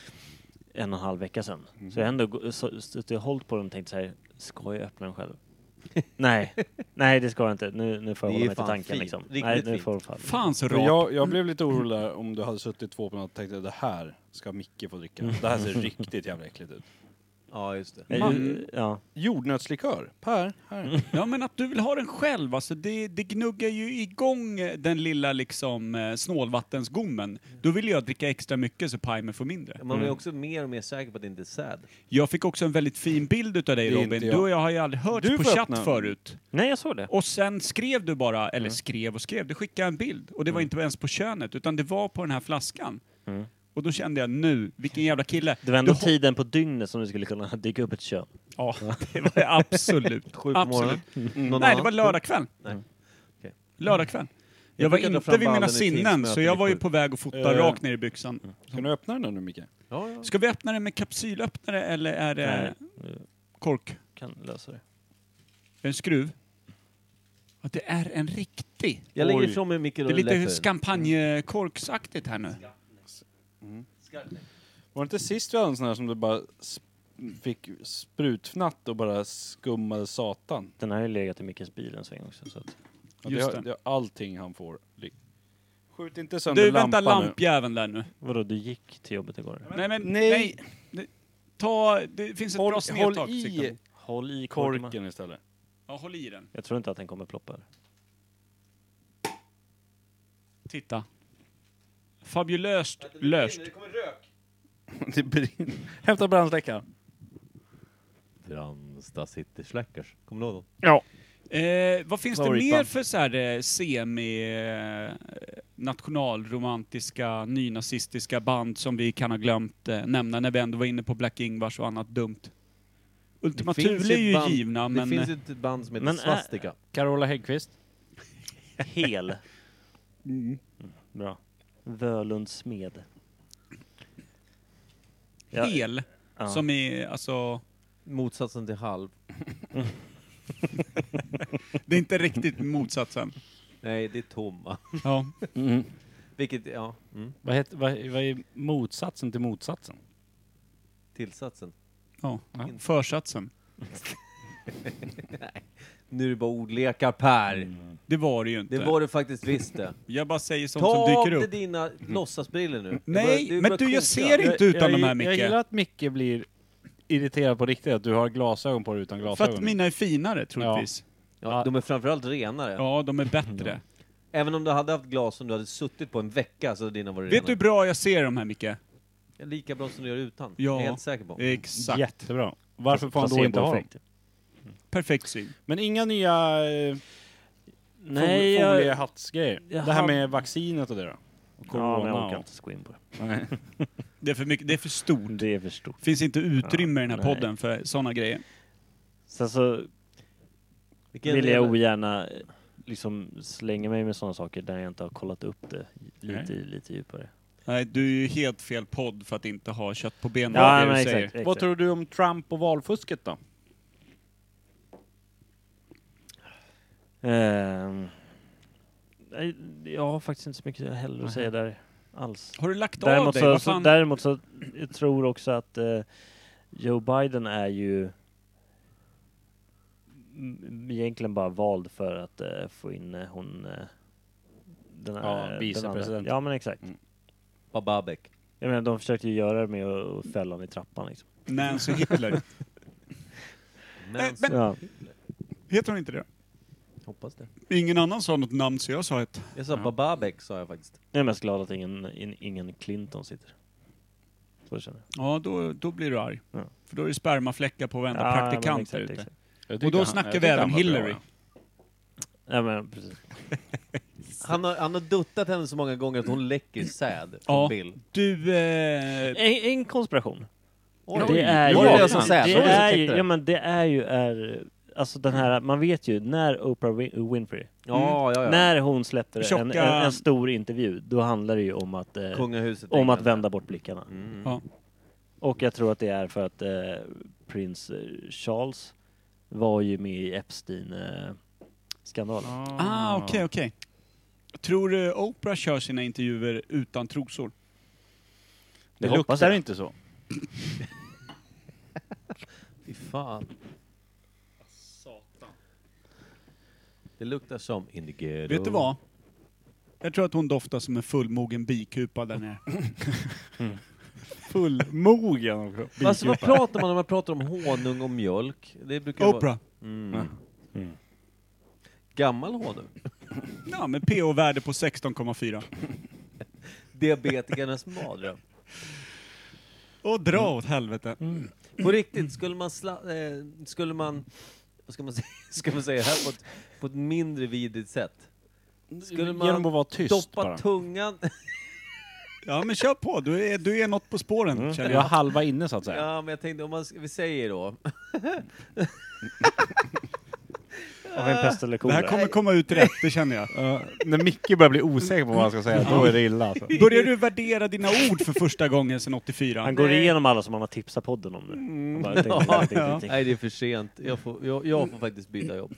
1,5 vecka sedan. Så jag ändå jag hållit på den och tänkt så här, ska jag öppna den själv? Nej, det ska jag inte. Nu får jag Det är hålla mig till fan tanken fint. liksom. Riktigt Nej, nu fint. får jag Fan så För rart. jag blev lite orolig där om du hade suttit 2 på natten och tänkte det här ska Micke få dricka. Det här ser riktigt jävla äckligt ut. Ja, just det. Ja. Jordnötslikör. Per, här. Ja, men att du vill ha den själv, alltså det gnuggar ju igång den lilla liksom snålvattensgommen. Då vill jag dricka extra mycket så Pimer får mindre. Man blir också mer och mer säker på att det inte är säd. Jag fick också en väldigt fin bild utav dig, Det är Robin. inte Du jag. och jag har ju aldrig hört Du på får chatt öppna. förut. Nej, jag såg det. Och sen skrev du bara, eller skrev, du skickade en bild. Och det var inte ens på könet, utan det var på den här flaskan. Och då kände jag nu, vilken jävla kille. Det var ändå Du tiden på dygnet som du skulle kunna dyka upp ett kön. Ja, det var det absolut. 7 på morgonen. Absolut. Någon Nej, det annan? var lördagkväll. Nej. Okej. Lördagkväll. Jag var brukar dra inte fram vid mina ballen i sinnen, Teamsmöten så jag i var ju 7. på väg att fota rakt ner i byxan. Kan du öppna den nu Micke? Ja, ja. Ska vi öppna den med kapsylöppnare eller är det kork? Kan lösa det. Är det en skruv? Ja, det är en riktig. Jag lägger Oj. ifrån mig Micke Det är och lite läcker. champagnekorksaktigt här nu. Var det inte sist vi hade en sån här som du bara fick sprutfnatt och bara skummade satan? Den har ju legat i Mickes bil en sväng också. Så att... Ja, Just det det. är allting han får. Skjut inte sönder Du, vänta lampan nu. lampjäveln där nu. Vadå, du gick till jobbet igår? Nej, men Nej. nej. Det finns ett Håll, bra snedtak. håll i Håll i korken. korken istället. Ja, håll i den. Jag tror inte att den kommer ploppa. Titta. Fabulöst löst. Det brinner. Hämta brandsläckaren. Fransta City Slackers. Kommer du ihåg dem? Ja. Vad finns det Favoritband. mer för så här nationalromantiska, nynazistiska band som vi kan ha glömt nämna när vi ändå var inne på Black Ingvars och annat dumt? Ultima Det finns Thule är ett ju band- givna, men... Det finns ett band som heter Men, Svastika. Carola Häggkvist. Hel. Bra. Völunds smed. Ja, hel, ja. som är alltså... Motsatsen till halv. Det är inte riktigt motsatsen. Nej, det är tomma. Ja. Vilket, ja. Mm. Vad är motsatsen till motsatsen? Tillsatsen. Ja. Försatsen. Nu är det bara ordlekar, Per. Det var det ju inte. Det var det faktiskt visst det. Jag bara säger sånt Ta som av dyker dig upp. dina låtsasbriller nu. Nej, men du, jag ser Jag inte utan de här, Jag Micke. gillar att Micke blir irriterad på riktigt att du har glasögon på dig utan För glasögon. att mina är finare, troligtvis. Ja, de är framförallt renare. Ja, de är bättre. Även om du hade haft glas som du hade suttit på en vecka så hade dina varit Vet du hur renare. bra jag ser de här, Micke? Lika bra som du gör utan. Ja. Jag är helt säker på. Exakt. Jättebra. Varför får han då inte ha dem? Placeboeffekt. Perfekt syn. Men inga nya Nej, foliehattsgrejer. jag Det här har- med vaccinet och det då? Och Ja, corona men jag orkar och... inte gå in på det. Nej. Det är för mycket, det är för stort. Det är för stort. Finns inte utrymme i den här Nej. podden för sådana grejer. Sen så Vilken vill del- jag ogärna liksom slänga mig med sådana saker där jag inte har kollat upp det lite djupare. Nej, du är ju helt fel podd för att inte ha kött på benen. Ja, det men du exakt, säger. exakt. Vad tror du om Trump och valfusket då? Nej, jag har faktiskt inte så mycket heller att säga där alls. Har du lagt av dig? Vad fan? Däremot så jag tror också att Joe Biden är ju egentligen bara vald för att få in den här den vicepresident. andra. Ja, men exakt. Bababek. Jag menar, de försökte ju göra det med att fälla honom i trappan liksom. Nancy Hitler. Men, men- Ja. Heter hon inte det? hoppas det. Ingen annan sa något namn så jag sa ett. Jag sa Bababek sa jag faktiskt. Jag är mest glad att ingen Clinton sitter. Så känner jag. Ja, då blir du arg. Ja. För då är det spermafläckar på varenda men praktikant exakt, där ute. exakt. Och då snackar vi även Hillary. Ja, men precis. Han har duttat henne så många gånger att hon läcker säd från Ja. Bill. Du, En konspiration. Oj, Det är ju, Oj, jag som säd. det Oj, så är ju, täckte det. ja men det är ju, alltså den här, man vet ju, när Oprah Winfrey, Ja. när hon släppte Tjocka- en stor intervju, då handlar det ju om att, Kungahuset. om att England. vända bort blickarna. Mm. Ja. Och jag tror att det är för att prins Charles var ju med i Epstein-skandalen. okej. Tror du Oprah kör sina intervjuer utan trosor? Det hoppas luktar jag. inte så. Fy fan. Det luktar som in the ghetto. Vet du vad? Jag tror att hon doftar som en fullmogen bikupa där nere. Fullmogen också. Alltså, vad pratar man om? Man pratar om honung och mjölk. Det brukar vara... Oprah. Mm. Gammal honung. Ja, med pH-värde på 16,4. Diabetikernas mardröm. Och dra åt helvete. På riktigt, skulle man vad ska man säga, ska man säga här på ett mindre vidrigt sätt? Skulle man Genom att vara tyst doppa bara. tungan... Ja, men kör på. Du är något på spåren, känner Jag har jag. halva inne så att säga. Ja, men jag tänkte, om vi säger då... Av en pest eller Det kolera. här kommer komma ut rätt, det känner jag. När Micke börjar bli osäker på vad han ska säga, då är det illa alltså. Börjar du värdera dina ord för första gången sedan 84? Han går igenom alla som han har tipsat podden om nu. Jag bara, Ja. Nej, det är för sent. Jag får faktiskt byta jobb.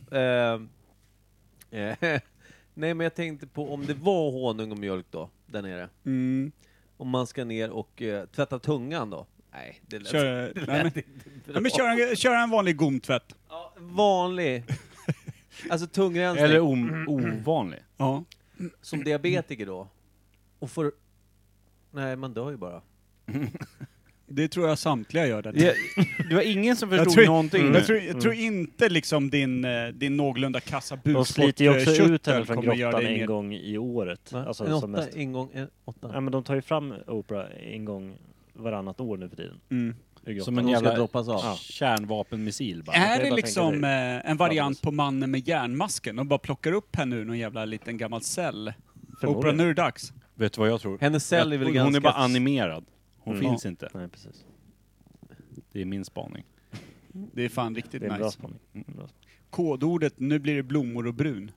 Nej, men jag tänkte på om det var honung och mjölk då, där nere. Mm. Om man ska ner och tvätta tungan då. Nej, det lät, Kör, det lät nej, men, inte bra. ja, men kör en vanlig gomtvätt. Ja, vanlig. Alltså tungrensning. Eller ovanlig. Ja. Som diabetiker då. Och får... Nej, man dör ju bara. Det tror jag samtliga gör. Det. Det var ingen som Jag förstod tror- någonting. Jag tror inte liksom din någålunda kassa de sliter ju också ut henne köttel från kommer göra grottan dig en mer- gång i året. Va? Alltså, en som 8, mest. en 8. Ja, men de tar ju fram Oprah en gång varannat år nu för tiden. Mm. Som en De ska jävla droppas av. kärnvapenmissil bara. Är jag det bara liksom tänker en variant på mannen med järnmasken? De bara plockar upp henne ur någon jävla liten gammal cell. Oprah, Förmodligen. nu är det dags. Vet du vad jag tror? Hennes cell är väl Hon ganska... är bara animerad. Hon Mm. finns inte. Nej, precis. Det är min spaning. Det är fan riktigt Det är en bra nice. spaning. En bra spaning. Kodordet, nu blir det blommor och brun.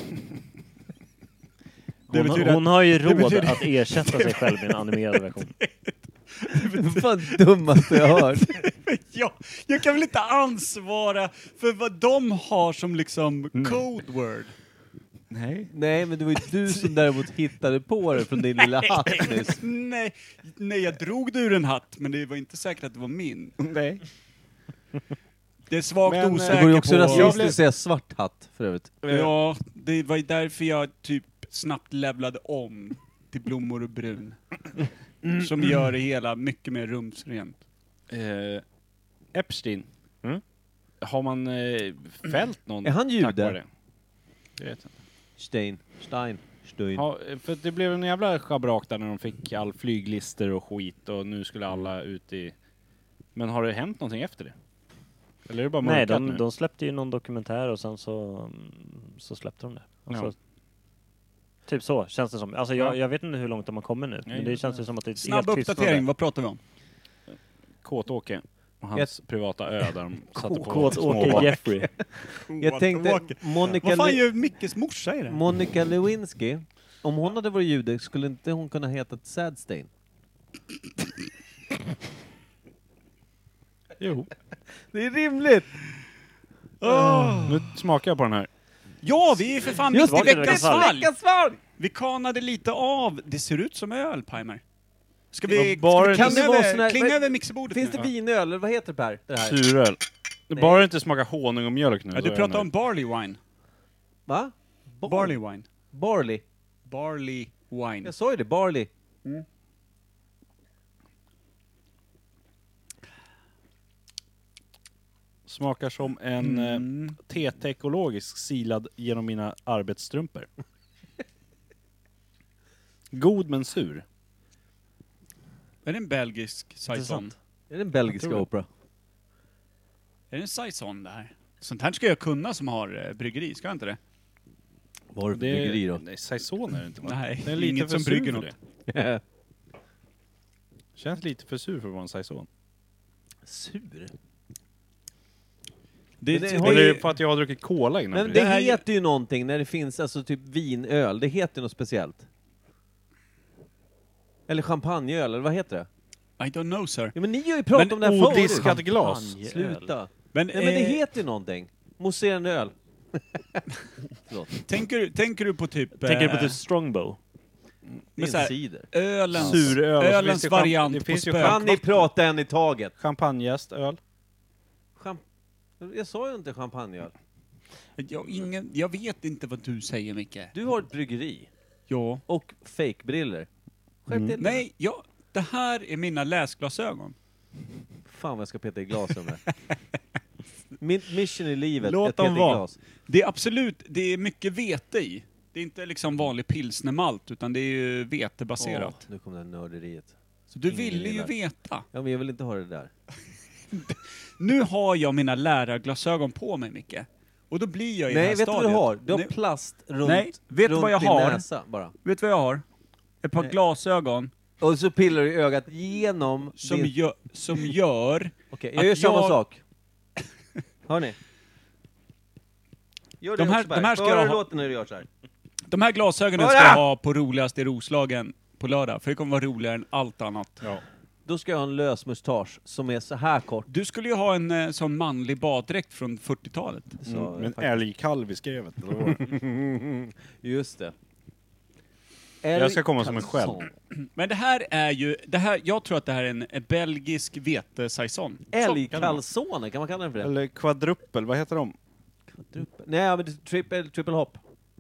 Det betyder Hon har ju råd betyder- att ersätta sig själv med en animerad version. Det var fan dummaste jag har hört. Jag kan väl inte ansvara för vad de har som liksom code word. Nej. Nej, men det var ju du som däremot hittade på det från din lilla hatt nyss. Nej, jag drog det ur en hatt, men det var inte säkert att det var min. Nej. Det är svagt Men, osäker Det vore ju också på... rasistiskt att säga svart hatt, för övrigt. Ja, det var ju därför jag typ snabbt levlade om till blommor och brun. Som gör det hela mycket mer rumsrent. Epstein. Mm. Har man fällt någon? Är han jude? tack vare det? Jag vet inte. Stein. Ja, för det blev en jävla schabrak där när de fick all flyglister och skit och nu skulle alla ut i... Men har det hänt någonting efter det? Eller är det bara Nej, mörkat nu? de släppte ju någon dokumentär och sen så släppte de det. Alltså, Ja. typ så känns det som. Alltså Ja. jag vet inte hur långt de har kommit nu. Men det känns ju som att det är Snabb helt tystnad uppdatering, där. vad pratar vi om? Kåt-Åke och hans privata ö där de satte på Kåt-Åke småbarn. Jeffrey. Jag tänkte, Vad fan gör Mickes morsa i det? Monica Lewinsky, om hon hade varit jude skulle inte hon kunna heta Sadstein? Jo. Det är rimligt! Nu smakar jag på den här. Ja, vi är för fan Just mitt i det, veckans veckans valg! Veckans valg! Vi kanade lite av, det ser ut som öl, Pimer. Ska Ja, vi, bara- ska vi Kan det vara sån klinga, här- klinga över mixerbordet Finns nu? det vinöl, eller vad heter det Per? Det här? Suröl. Nej. Bara det inte smakar honung och mjölk nu. Ja, så du är pratar jag om barley wine. Va? Barley wine. Barley. Barley wine. Jag sa ju det, barley. Smakar som en TT ekologisk silad genom mina arbetsstrumpor. God men sur. Är det en belgisk saison? Intressant. Är det en belgiska Jag tror det. opera? Är det en saison det här? Sånt här ska jag kunna som har bryggeri, ska jag inte det? Vad har du för bryggeri då? Nej, saison är det inte. Nej, det är lite inget för som sur brygger för något. det. Känns lite för sur för att vara en saison. Sur? Det, Men det, har Eller ju- för att jag har druckit cola innan. Men det det här- heter ju någonting när det finns alltså typ vinöl. Det heter något speciellt. Eller champagneöl, eller vad heter det? I don't know sir. Ja, men ni har ju pratat Men om det här förut. odiskat glas. Champagneöl. Sluta. Men, Nej men det heter ju någonting. Mousserande öl. Förlåt. tänker du på typ... Tänker du på typ Strongbow? Det är så här- en cider. ölens, Suröl. Och så finns ölens det variant det på finns ju spök? Kan ni prata en i taget? Champagnejäst öl. Jag sa ju inte champagneöl. Jag vet inte vad du säger, Micke. Du har ett bryggeri. Ja. Och fake-briller. Skärp till dig. Nej, det här är mina läsglasögon. Fan vad jag ska peta i glasen med. Min mission i livet är Låt att peta dem i vara. glas. Det är absolut, det är mycket vete i. Det är inte liksom vanlig pilsnermalt, utan det är ju vetebaserat. Nu kom det här nörderiet. Så du ingen ville ju gillar. veta. Ja men jag vill inte ha det där. Nu har jag mina lärarglasögon på mig, Micke. Och då blir jag i det Nej, här vet du vad stadiet. du har? Du har Nej, plast runt, Nej, vet du runt vad jag din har? näsa bara. vet du vad jag har? Ett par Nej. glasögon Och så pillar du i ögat genom som, din... som gör... Okej, jag gör att samma jag- sak. Hör ni? Gör det De här- också, de här ska Hör jag hur det ha- låter när du gör så här. De här glasögonen Hörra! ska jag ha på roligast i Roslagen på lördag, för det kommer vara roligare än allt annat. Ja. Då ska jag ha en lös mustasch som är så här kort. Du skulle ju ha en sån manlig baddräkt från 40-talet. Så, Med en faktiskt. älgkalv i skrevet. eller vad var det? Just det. Jag ska komma som en Kalsong. själv. Men det här är ju, jag tror att det här är en belgisk vetesaison. Älgkalsoner, kan man kalla den för det? Eller kvadruppel, vad heter de? Nej, men det är triple hop.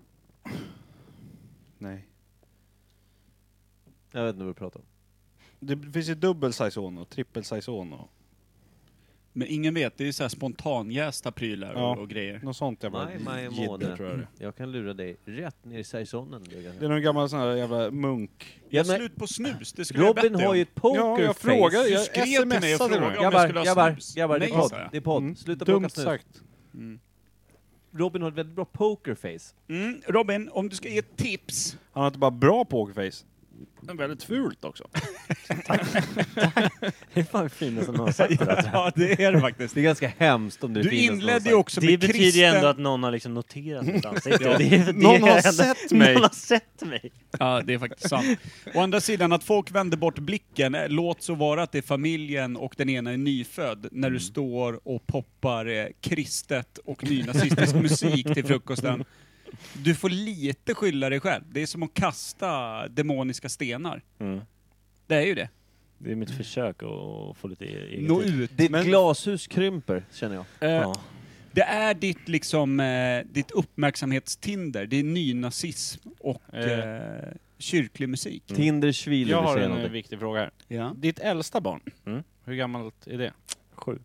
Nej. Jag vet inte vad du pratar om. Det finns ju dubbel saison och trippel saison och Men ingen vet, det är ju så här spontanjästa prylar Ja. och grejer. något sånt jävla Nej, Maja jidder, Måne. tror jag det. Jag kan lura dig rätt ner i saisonen. Det är någon gammal sån här jävla munk. Jag är men- slut på snus, det skulle jag Robin bett dig har ju om. ett pokerface. Ja, jag frågar. Du Jag skrev till mig och smsade frågade dig. om jag skulle ha snus. Grabbar, det Nej, är podd. sa jag. Det är podd. Mm. Sluta plocka Dumt snus. sagt. Robin har ett väldigt bra pokerface. Robin, om du ska ge ett tips. Han har inte bara bra pokerface. Men väldigt fult också. Det är fan det finaste någon har sagt det där. Ja, det är det faktiskt. Det är ganska hemskt om det är Du finaste inledde någon ju också Det med betyder ju kristen... ändå att någon har liksom noterat mitt ansikte. Ja. Det Någon har ändå- sett mig. Någon har sett mig. Ja, det är faktiskt sant. Å andra sidan, att folk vänder bort blicken, låt så vara att det är familjen och den ena är nyfödd, när du står och poppar kristet och nynazistisk musik till frukosten. Du får lite skylla dig själv. Det är som att kasta demoniska stenar. Mm. Det är ju det. Det är mitt försök att få lite eget Nå liv. ut. Ditt Men- glashus krymper, känner jag. Ja. Det är ditt, liksom, ditt uppmärksamhetstinder. Det är nynazism och kyrklig musik. Tinder Schwiler Jag har säger en någonting. viktig fråga här. Ja. Ditt äldsta barn, Mm. hur gammalt är det? 7.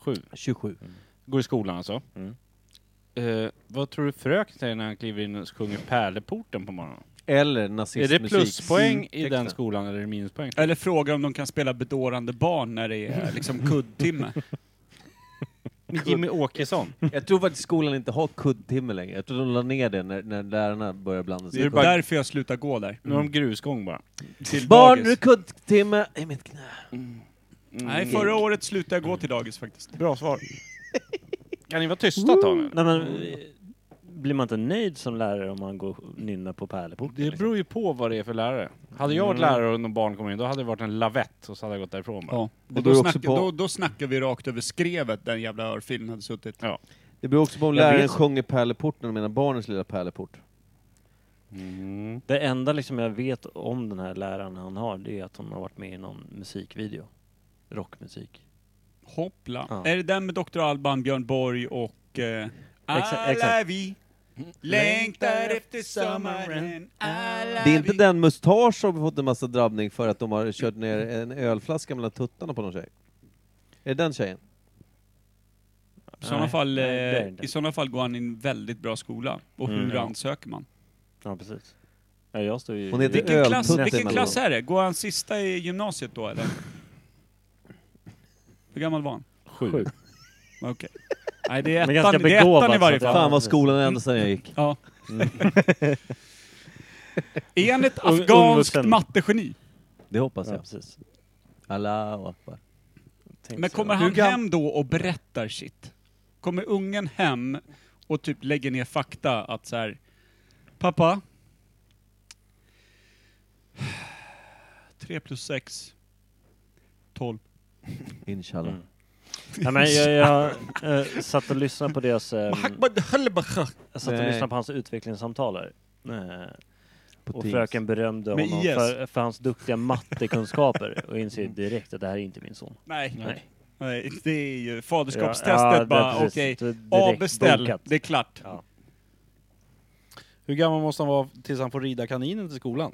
27. Går i skolan alltså. Vad tror du fröken säger när han kliver in och sjunger Pärleporten på morgonen? Eller nazistmusik. Är det pluspoäng i den skolan eller är det minuspoäng? Eller fråga om de kan spela bedårande barn när det är liksom kuddtimme. Jimmy Åkesson. Jag tror faktiskt skolan inte har kuddtimme längre. Jag tror de la ner det när lärarna började blanda sig. Det är bara därför jag slutar gå där. Nu har de grusgång bara. Till Barn, dagis. nu är kuddtimme i mitt knä. Nej, förra året slutade jag gå till dagis faktiskt. Bra svar. Kan ni vara tysta ett tag nu? Nej, men blir man inte nöjd som lärare om man går och nynnar på Pärleporten? Det beror ju på vad det är för lärare. Hade jag varit lärare och någon barn kom in, då hade det varit en lavett och så hade jag gått därifrån bara. Ja. Det Och beror också på- då snackar vi rakt över skrevet den jävla örfilen hade suttit. Ja. Det beror också på om Jag läraren vet. sjunger Pärleporten och menar barnens lilla pärleport. Det enda liksom jag vet om den här läraren han har, det är att hon har varit med i någon musikvideo. Rockmusik. Hoppla. Ja. Är det den med Dr. Alban, Björn Borg och... Exakt. Alla vi längtar efter sommaren. Alla Det är inte vi. den mustasch som har fått en massa drabbning för att de har kört ner en ölflaska mellan tuttarna på någon tjej. Är det den tjejen? I sådana fall, nej, det är det inte. I sådana fall går han i en väldigt bra skola. Och hur Ja. ansöker man? Ja, precis. Ja, jag står ju... Hon heter Vilken Ölputte klass mellan är det? Går han sista i gymnasiet då eller? Hur gammal var han? 7. Okej. Nej, det är Men ganska ettan, det är ettan begåvad, i varje så att- fall. Fan vad skolan ända sedan jag gick. Ja. Är han ett Ung- afghanskt ungvuxen. mattegeni? Det hoppas Ja, jag. precis. Allahu Akbar. Tänkte Men så. kommer han hem då och berättar shit? Kommer ungen hem och typ lägger ner fakta att så här: pappa, 3 + 6 12. Inshallah. Ja, men jag satt och lyssnade på deras... jag satt och Nej. lyssnade på hans utvecklingssamtal här. På Och Teams. fröken berömde Med honom IS. för hans duktiga mattekunskaper och inser direkt att det här är inte min son. Nej, Nej. det är ju faderskapstestet Ja, det- bara, precis. okej, Det är direkt avbeställ, bokat. det är klart. Ja. Hur gammal måste han vara tills han får rida kaninen till skolan?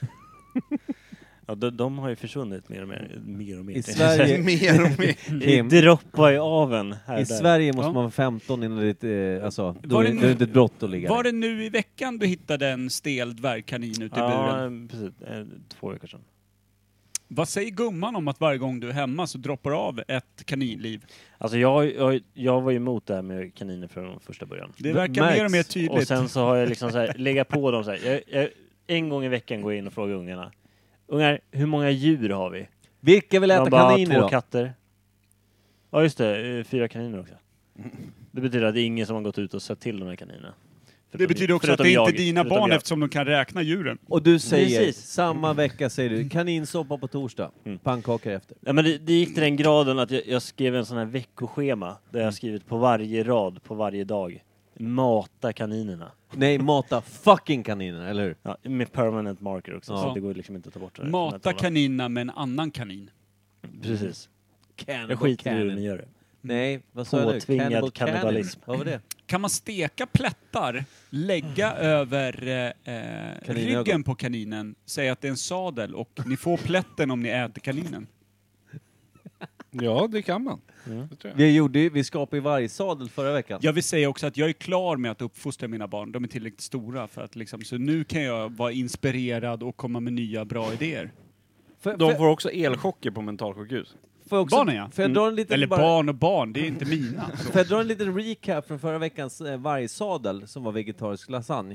Ja, de har ju försvunnit mer och mer. I Sverige, Mer och mer. Det Kim, droppar ju av en här i och där. Sverige måste Ja. man vara 15 innan det är, alltså, då Var är det det nu- inte ett brott att ligga Var där. det nu i veckan du hittade en stel dvärgkanin ute i buren? Ja, precis. 2 veckor sedan. Vad säger gumman om att varje gång du är hemma så droppar av ett kaninliv? Alltså jag var ju emot det här med kaniner från första början. Det verkar märks. mer och mer Och tydligt. sen så har jag liksom så här, legat på dem så här. Jag, en gång i veckan går jag in och frågar ungarna. Ungar, hur många djur har vi? Vilka vill äta De bara, kaniner 2 då? katter. Ja just det, 4 kaniner också. Det betyder att det är ingen som har gått ut och sett till de här kaninerna. Det betyder också att det är inte dina barn eftersom de kan räkna djuren. Och du säger, Precis. samma vecka säger du, kaninsoppa på torsdag, pannkakor efter. Ja, men det gick till den graden att jag skrev en sån här veckoschema där jag skrivit på varje rad, på varje dag. Mata kaninerna. Nej, mata fucking kaniner, eller hur? Ja, med permanent marker också, Ja. så det går liksom inte att ta bort det. Mata kaninerna med en annan kanin. Precis. Cannibal Jag skiter i hur cannon. ni gör det. Nej, vad sa jag nu? Påtvingad Cannibal cannon. kannibalism. Vad var det? Kan man steka plättar, lägga över Kaninögon. ryggen på kaninen, säga att det är en sadel och ni får plätten om ni äter kaninen? Ja, det kan man. Det tror jag. Vi skapade ju vargsadel förra veckan. Jag vill säga också att jag är klar med att uppfostra mina barn. De är tillräckligt stora för att liksom, så nu kan jag vara inspirerad och komma med nya bra idéer. De får också elchocker på mentalsjukhus. Får jag också, Barnen, ja. Får jag dra en liten, Eller barn och barn, det är inte mina. Får jag dra en liten recap från förra veckans vargsadel som var vegetarisk lasagne?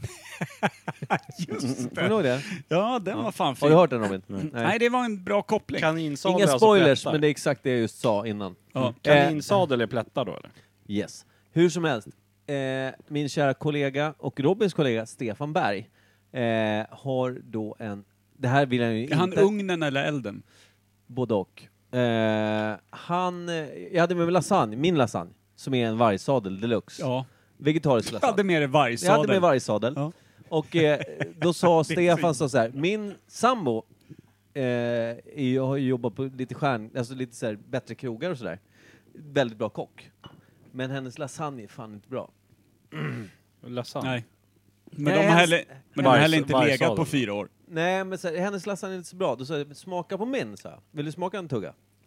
Just Kommer du ihåg det? Ja, den var fan Har fin. du hört den Robin? Nej, det var en bra koppling. Kaninsadel Inga är alltså spoilers, plättar. men det är exakt det jag just sa innan. Ja. Kaninsadel är plättar då eller? Yes. Hur som helst, min kära kollega och Robins kollega Stefan Berg har då en... Det här vill jag ju Är han inte... ugnen eller elden? Både och. Jag hade med mig lasagne, min lasagne, som är en vargsadel deluxe. Ja. Vegetarisk Jag lasagne. hade med det Jag vargsadel. hade med vargsadel. Ja. Och då sa Stefan så här, min sambo har ju jobbat på lite alltså lite så här bättre krogar och sådär. Väldigt bra kock. Men hennes lasagne är fan inte bra. Lasagne. Nej. Men Nej, de har heller, men de har heller inte vargsadel. legat på 4 år. Nej, men så här, hennes lasagne är inte så bra. Då sa jag, smaka på min, så här. Vill du smaka en tugga?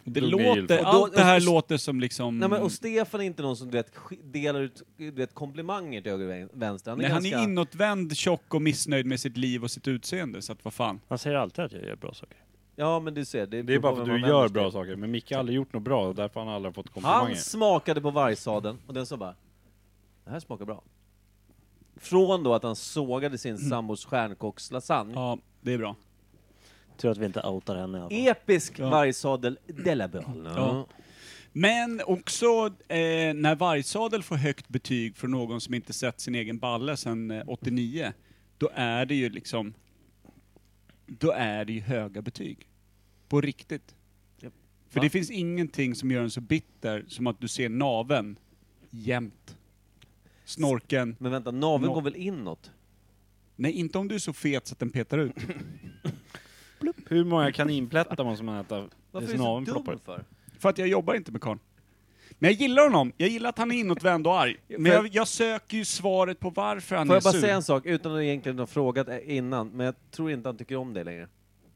Det Då blir det låter, ju- allt det här låter som liksom... Nej, men, och Stefan är inte någon som delar ut komplimanger till höger och vänster. Nej, han är inåtvänd, tjock och missnöjd med sitt liv och sitt utseende, så att vad fan. Han säger alltid att jag gör bra saker. Ja, men du ser. Det är bara för att du gör bra saker, men Micke har aldrig gjort något bra och därför har han aldrig fått komplimanger. Han smakade på vargsadeln och den sa bara, det här smakar bra. Från då att han sågade sin sambos stjärnkockslasagne. Ja, det är bra. Tror att vi inte outar henne i alla fall. Episk vargsadel de la Belle. Ja. Men också när vargsadel får högt betyg från någon som inte sett sin egen balle sedan 89, då är det ju liksom... Då är det ju höga betyg. På riktigt. Japp. För Va? det finns ingenting som gör en så bitter som att du ser naveln jämt. Snorken. Men vänta, naveln går väl inåt? Nej, inte om du är så fet så att den petar ut. Hur många kaninplättar måste man äta? Varför Det är du så naveln dum ploppar. för? För att jag jobbar inte med karln. Men jag gillar honom. Jag gillar att han är inåtvänd och arg. Men jag söker ju svaret på varför han Får är jag bara sur. säga en sak, utan att egentligen ha frågat innan, men jag tror inte han tycker om det längre.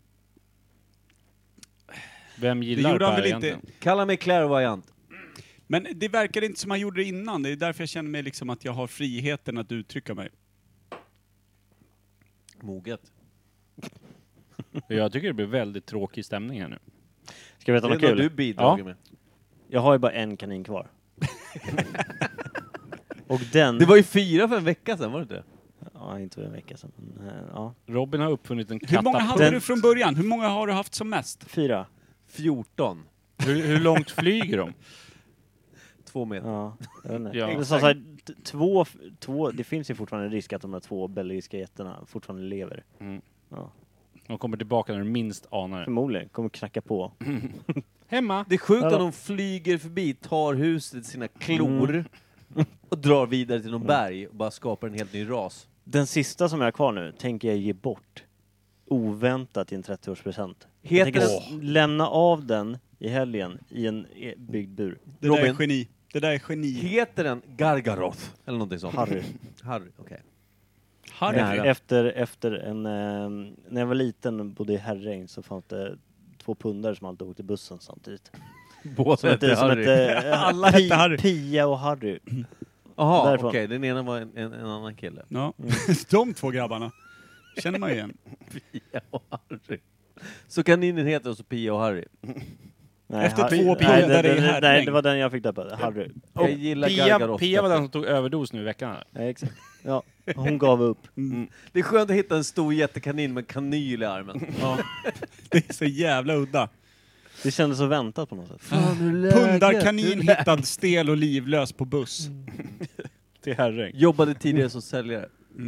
Vem Det gillar gjorde han Per väl inte. egentligen? Kalla mig clairvoyant. Men det verkar inte som han gjorde det innan. Det är därför jag känner mig liksom att jag har friheten att uttrycka mig. Moget. Jag tycker det blir väldigt tråkig stämning här nu. Ska vi veta Det är något något kul? du bidrar Ja. med. Jag har ju bara en kanin kvar. Och den... Det var ju 4 för en vecka sedan, var det inte? Ja, inte för en vecka sedan. Men, ja. Robin har uppfunnit en Hur många katapult. hade du från början? Hur många har du haft som mest? 4. 14. Hur långt flyger de? 2 meter. Ja, jag vet inte. Ja. Det, är så här, två, det finns ju fortfarande en risk att de här 2 belgiska jättarna fortfarande lever. Mm. Ja. De kommer tillbaka när du minst anar det. Förmodligen kommer knacka på. Hemma! Det är sjukt Ja. att de flyger förbi, tar huset i sina klor och drar vidare till någon berg och bara skapar en helt ny ras. Den sista som jag har kvar nu tänker jag ge bort oväntat i en 30-årspresent. Jag Heter tänker lämna av den i helgen i en byggd bur. Det där är Robin. geni. Det där är geni. Heter den Gargaroth? Eller någonting sånt? Harry. Harry, okej. Harry. Nära. Efter en... när jag var liten och bodde i Herräng så fanns det 2 pundare som alltid åkte bussen samtidigt. Båda Som hette Alla hette Harry. Pia och Harry. Jaha, Därifrån. okej. Den ena var en annan kille. Ja. De 2 grabbarna känner man ju igen. Pia och Harry. Så kaninen heter alltså Pia och Harry. Nej, Efter Harry- 2 nej, pundare i nej, Herräng. det var den jag fick döpa. Harry. Jag gillar Pia Gargaroth. var den som tog överdos nu i veckan. Här. Ja, exakt. Ja, hon gav upp. Det är skönt att hitta en stor jättekanin med kanyl i armen. Ja. Det är så jävla udda. Det kändes så väntat på något sätt. Pundarkanin hittad stel och livlös på buss. Till Herräng. Jobbade tidigare som säljare.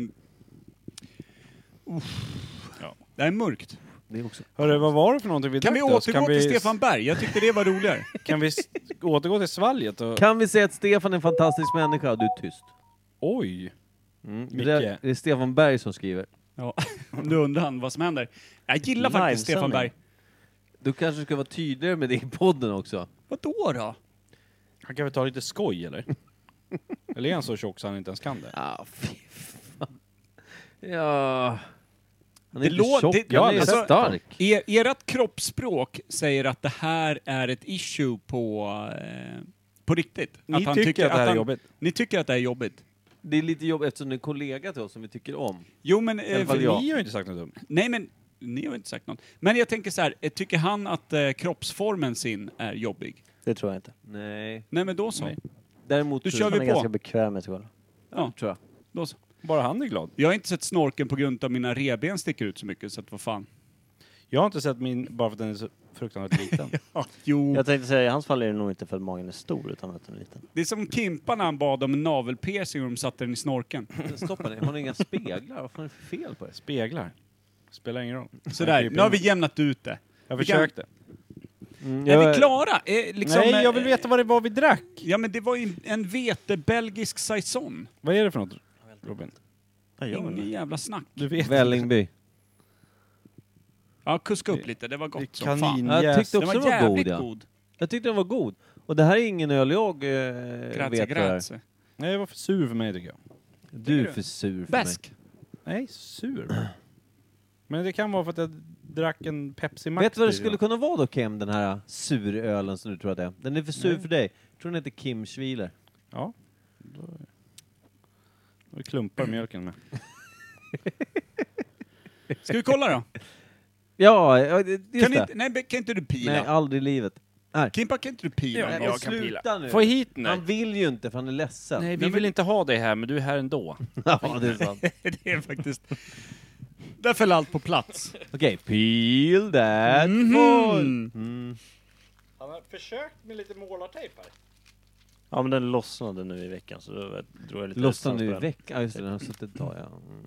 Ja. Det är mörkt. Det är också. Hörru, vad var det för någonting vi Kan vi drack då? återgå till Stefan Berg? Jag tyckte det var roligare. Kan vi återgå till svalget? Och... Kan vi säga att Stefan är en fantastisk människa och du är tyst? Oj! Det är Stefan Berg som skriver. Ja. Nu undrar han vad som händer. Jag gillar faktiskt Stefan Livesändning. Berg. Du kanske ska vara tydligare med det i podden också. Vadå då? Han kan väl ta lite skoj, eller? Eller är han så tjock så han inte ens kan det? Ah, fy fan. Ja... Han är Det inte tjock, ja, han är alltså, stark. Ert kroppsspråk säger att det här är ett issue på riktigt. Ni tycker att det här är jobbigt? Ni tycker att det är jobbigt? Det är lite jobbigt eftersom det är en kollega till oss som vi tycker om. Jo, men... alla fall för- jag. Ni har ju inte sagt något dumt. Nej, men ni har inte sagt något. Men jag tänker så här, tycker han att kroppsformen sin är jobbig? Det tror jag inte. Nej. Nej, men då så. Nej. Däremot Då så- kör Han vi är på. ganska bekväm med sig själv. Ja, tror jag. då så. Bara han är glad. Jag har inte sett snorken på grund av mina revben sticker ut så mycket, så att vad fan. Jag har inte sett min, bara för att den är så fruktansvärt liten. Jo, Jag tänkte säga, i hans fall är det nog inte för att magen är stor utan att den är liten. det är som Kimpa när han bad om en navelpiercing och de satte den i snorken. Stoppa det. Har ni inga speglar? Vad fan är det för fel på det? Speglar. Spelar ingen roll. Sådär, nu har vi jämnat ut det. Jag vi kan- försökte. Är vi klara? Liksom, Nej, jag vill veta vad det var vi drack. Ja, men det var ju en vete-belgisk saison. Vad är det för något, Robin? Ja, jag Ingen jävla snack. Du vet. Vällingby. Ja, kuska upp lite. Det var Det är gott som fan. Jag tyckte Den också var den var god, jävligt ja. god. Jag tyckte den var god. Och det här är ingen öl jag Grazie, vet vad det är. grazie. Nej, det var för sur för mig tycker jag. Du är du? för sur för Bäsk. Nej, sur. Men det kan vara för att jag drack en Pepsi Max. Vet du vad det skulle kunna vara då, Kim, den här surölen som du tror att det är? Den är för sur för dig. Jag tror den heter Kim Schwiler. Ja. Då klumpar mjölken med. Ska vi kolla då? Ja, just Kan inte du pila? Nej, aldrig i livet. Här. Kimpa, kan inte du pila? Nej, jag kan sluta nu. Få hit den. Han vill ju inte för han är ledsen. Nej, vi vill inte ha dig här, men du är här ändå. Ja, det är sant. Det är faktiskt... Där föll allt på plats. Okej, peel that ball. Han har försökt med lite målartejp här. Ja, men den lossnade nu i veckan så då drog jag lite... Lossnade distans nu på i den. veckan? Ja, just det, den har suttit ett tag, ja.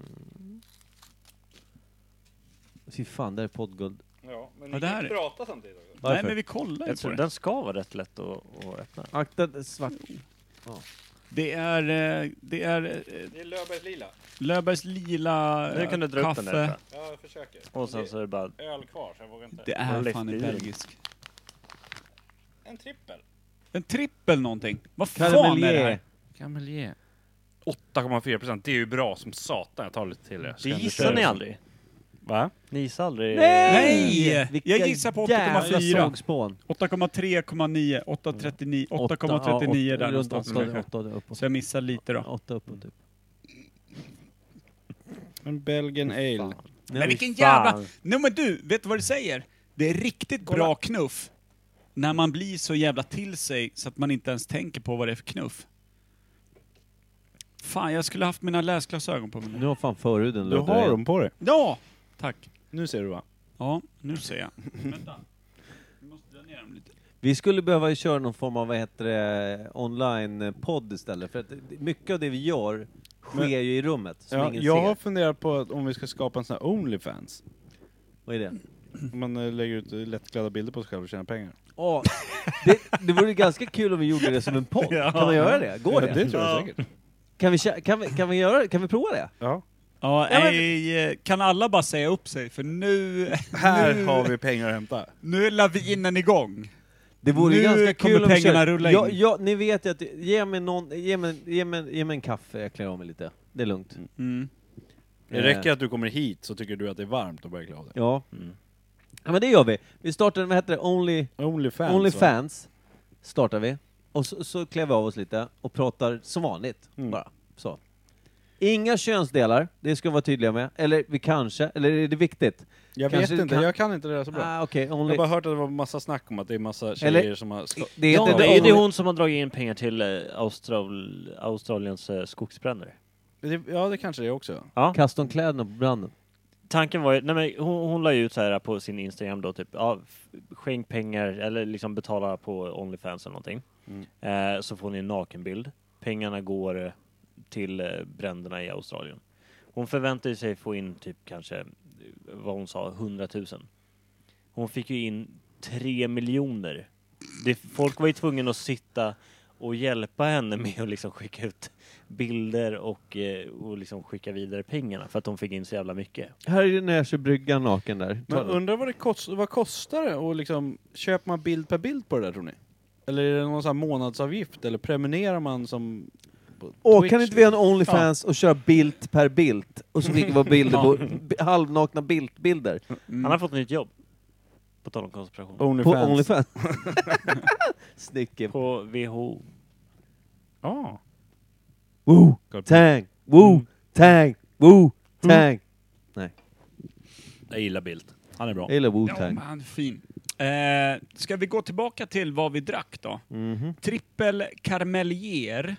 Fy fan, det är poddguld. Ja, men Ja, ni det kan här inte är- prata samtidigt också. Varför? Nej, men vi kollar ju Jag på tror det. den ska vara rätt lätt att öppna. Akta svart. Det är Det är Löfbergs lila. Löfbergs lila Nu kan du dra upp kaffe. den där. tror Ja, jag försöker. jag. Och sen så är det bara... Öl kvar, så jag vågar inte. Det är Leif fan en Bilen. belgisk. En trippel. En trippel någonting. Vad fan är det Karamelier. här? Gamelier. 8,4%. Det är ju bra som satan. Jag tar lite till det. Det gissar ni aldrig? Va? Ni gissar aldrig? Nej! Vilka Jag gissar på jävla 8,4. sågspån. 8,3,9, 8,39 där runt någonstans. 8 uppåt. Så jag missar lite då. 8 uppåt typ. En Belgian Ale. Men vilken fan. jävla... Nej men du, vet du vad det säger? Det är riktigt bra knuff när man blir så jävla till sig så att man inte ens tänker på vad det är för knuff. Fan, jag skulle haft mina läsglasögon på mig. Nu har fan förhuden Du har dem på dig. Ja! Tack. Nu ser du va? Ja, nu ser jag. Vänta. Vi måste dra ner dem lite. Vi skulle behöva köra någon form av, online-podd istället. För att mycket av det vi gör sker ju i rummet, som Ja, ingen jag ser. har funderat på att om vi ska skapa en sån här Onlyfans. Vad är det? Man lägger ut lättklädda bilder på sig själv och tjänar pengar. Ja, det vore ganska kul om vi gjorde det som en podd. Ja. Kan man göra det? Går Ja, det? det tror jag säkert. Kan vi göra det? Kan vi prova det? Ja. Ja, Ja, men- kan alla bara säga upp sig? För nu... Här nu, har vi pengar att hämta. Nu är lavinen igång. Det vore ju Nu ganska kommer kul om vi pengarna kör. rulla in. Ja, ni vet ju att ge mig en kaffe, jag klär av mig lite. Det är lugnt. Mm. Det räcker att du kommer hit så tycker du att det är varmt och börjar klä av dig. Ja. Ja, men det gör vi. Vi startar, vad heter det? Onlyfans. Onlyfans startar vi. Och så klär vi av oss lite och pratar som vanligt. Mm. Bara. Så. Inga könsdelar, det ska vi vara tydliga med. Eller vi kanske, eller är det viktigt? Jag Kanske vet inte, kan- jag kan inte det där så bra. Ah, okej, Jag only... har bara hört att det var massa snack om att det är massa tjejer Eller- som har... Det Ja, heter det är only... hon som har dragit in pengar till Australiens skogsbränder. Ja, det kanske det är också. Ja. Kasta om kläderna på branden. Tanken var ju, nej men hon la ju ut så här på sin Instagram då typ, ja, skänk pengar eller liksom betala på Onlyfans eller någonting. Så får ni en nakenbild. Pengarna går till bränderna i Australien. Hon förväntar sig få in typ kanske, vad hon sa, 100 000. Hon fick ju in 3 miljoner. Folk var ju tvungna att sitta och hjälpa henne med att liksom skicka ut bilder och liksom skicka vidare pengarna för att de fick in så jävla mycket. Här är Närsjö brygga naken där. Men undrar vad kostar det och liksom, köper man bild per bild på det där tror ni? Eller är det någon sån här månadsavgift eller prenumererar man som på Twitch? Kan inte vi ha en Onlyfans och köra bild per bild? Och så fick vi vara bilder på halvnakna bilder. Han har fått ett nytt jobb. På tal om konspiration. På Onlyfans. Onlyfans. Snyggt. På WHO. Ja. Woo, tang, woo, tang, woo, tang. Jag gillar bild. Han är bra. Jag gillar Ja, Wu-Tang. men han är fin. Ska vi gå tillbaka till vad vi drack då? Mhm. Trippel Carmelier.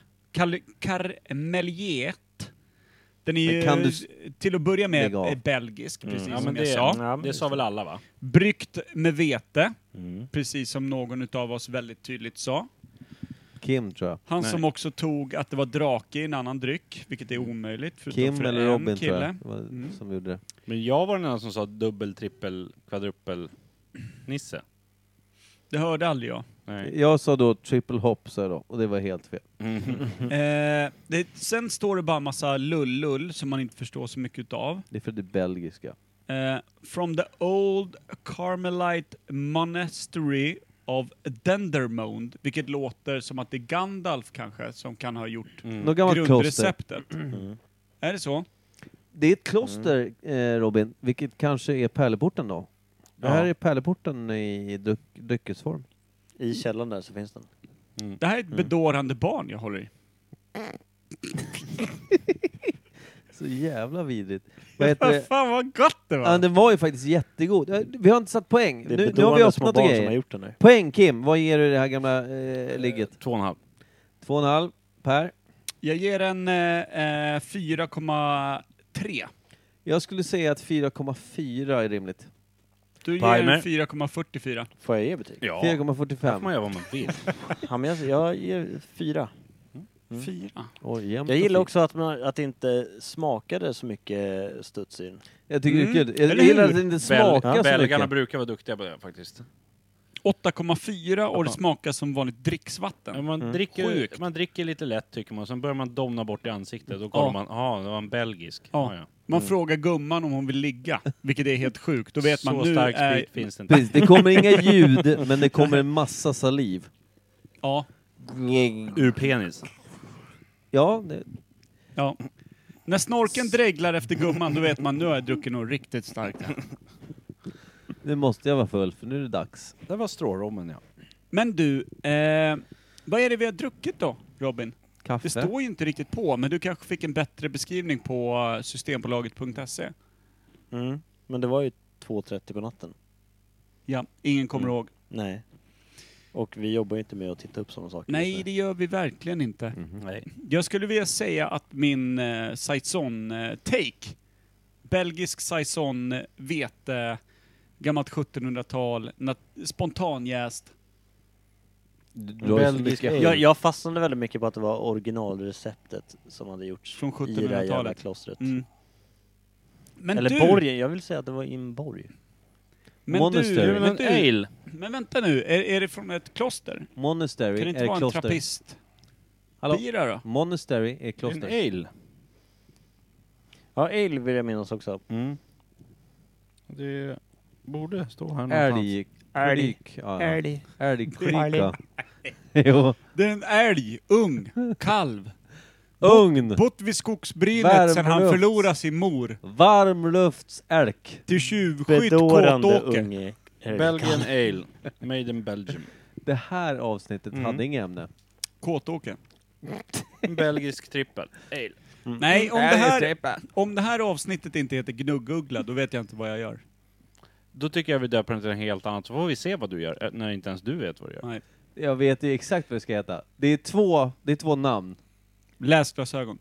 Carmeliet. Den är Men ju kan du till att börja med lägga av? belgisk, precis Ja, som men jag det, sa. det sa väl alla va? Bryggt med vete, Mm. precis som någon utav oss väldigt tydligt sa. Kim tror jag. Han Nej. som också tog att det var drake i en annan dryck, vilket är omöjligt. förutom Kim för eller en Robin tror kille. jag. Det var som gjorde det. Men jag var den enda som sa dubbel, trippel, kvadruppel, Nisse. Det hörde aldrig jag. Nej. Jag sa då triple hop så då, och det var helt fel. Sen står det bara massa lull som man inte förstår så mycket utav. Det är för det belgiska. From the old Carmelite monastery of Dendermonde, vilket låter som att det är Gandalf kanske som kan ha gjort Något gammalt kloster. grundreceptet. Är det så? Det är ett kloster, Robin, vilket kanske är pärleporten då. Det här är pärleporten i dryckesform. I källaren där så finns den. Det här är ett bedårande barn jag håller i. Så jävla vidrigt. Vad heter det? Fan vad gott det var! Ja, den var ju faktiskt jättegod. Vi har inte satt poäng. Det är Nu har vi bedårande små öppnat barn grejer. som har gjort den här. Poäng, Kim. Vad ger du det här gamla ligget? 2,5. 2,5. Per? Jag ger en 4,3. Jag skulle säga att 4,4 är rimligt. Du ger Palmer. en 4,44. Får jag ge betyg? Ja, där får 4,45. man göra vad man vill. Ja, men jag ger 4. 4. Oj, jämnt Jag och gillar fint. också att det inte smakade så mycket studsyn. Jag tycker det är kul. Jag Eller gillar hur? att det inte smakar så Belgarna mycket. brukar vara duktiga på det faktiskt. 8,4 och det smakar som vanligt dricksvatten. Ja, man dricker lite lätt tycker man, sen börjar man domna bort i ansiktet och kollar man, det var en belgisk. Ja. Man frågar gumman om hon vill ligga, vilket är helt sjukt. Då vet man Så nu stark sprit finns det inte. Precis, det kommer inga ljud, men det kommer en massa saliv. Ja. Ur penis. Ja, Ja. När snorken dreglar efter gumman, då vet man nu har jag druckit något riktigt starkt. nu måste jag vara full, för nu är det dags. Det var strårommen, ja. Men du, vad är det vi har druckit då, Robin? Kaffe. Det står ju inte riktigt på, men du kanske fick en bättre beskrivning på systembolaget.se. Men det var ju 2:30 på natten. Ja, ingen kommer ihåg. Nej. Och vi jobbar ju inte med att titta upp sådana saker. Nej, det gör vi verkligen inte. Nej. Jag skulle vilja säga att min saison take, belgisk saison vete, gammalt 1700-tal, spontanjäst. Belgisk Jag fastnade väldigt mycket på att det var originalreceptet som hade gjorts Från i det här jävla 1700-talet. klostret. Men Eller du, borgen, jag vill säga att det var i en borg. men Monastery. du, Men ale. men vänta nu, är det från ett kloster? Monastery Kan det inte är vara en kloster. trappist? Hallå? Bira då? Monastery är En kloster. ale. Ja, ale vill jag minnas också. Det borde stå här någonstans. Älgkryka. Ja, ja. Älg. Älgkryka. Jo. Det är en älg, ung, kalv. Ugn. Bott vid skogsbrynet sen han Värmluft. förlorade sin mor. Varmluftsälk. Till tjuvskytt Bedårande kåtåker. unge. Belgian ale. Made in Belgium. Det här avsnittet hade inga ämne. Kåtåker. En belgisk trippel. Ale. Nej, om det här avsnittet inte heter Gnugguggla, då vet jag inte vad jag gör. Då tycker jag vi döper den till en helt annat, så får vi se vad du gör, när inte ens du vet vad du gör. Nej. Jag vet ju exakt vad det ska heta. Det är två namn. Läsglasögon.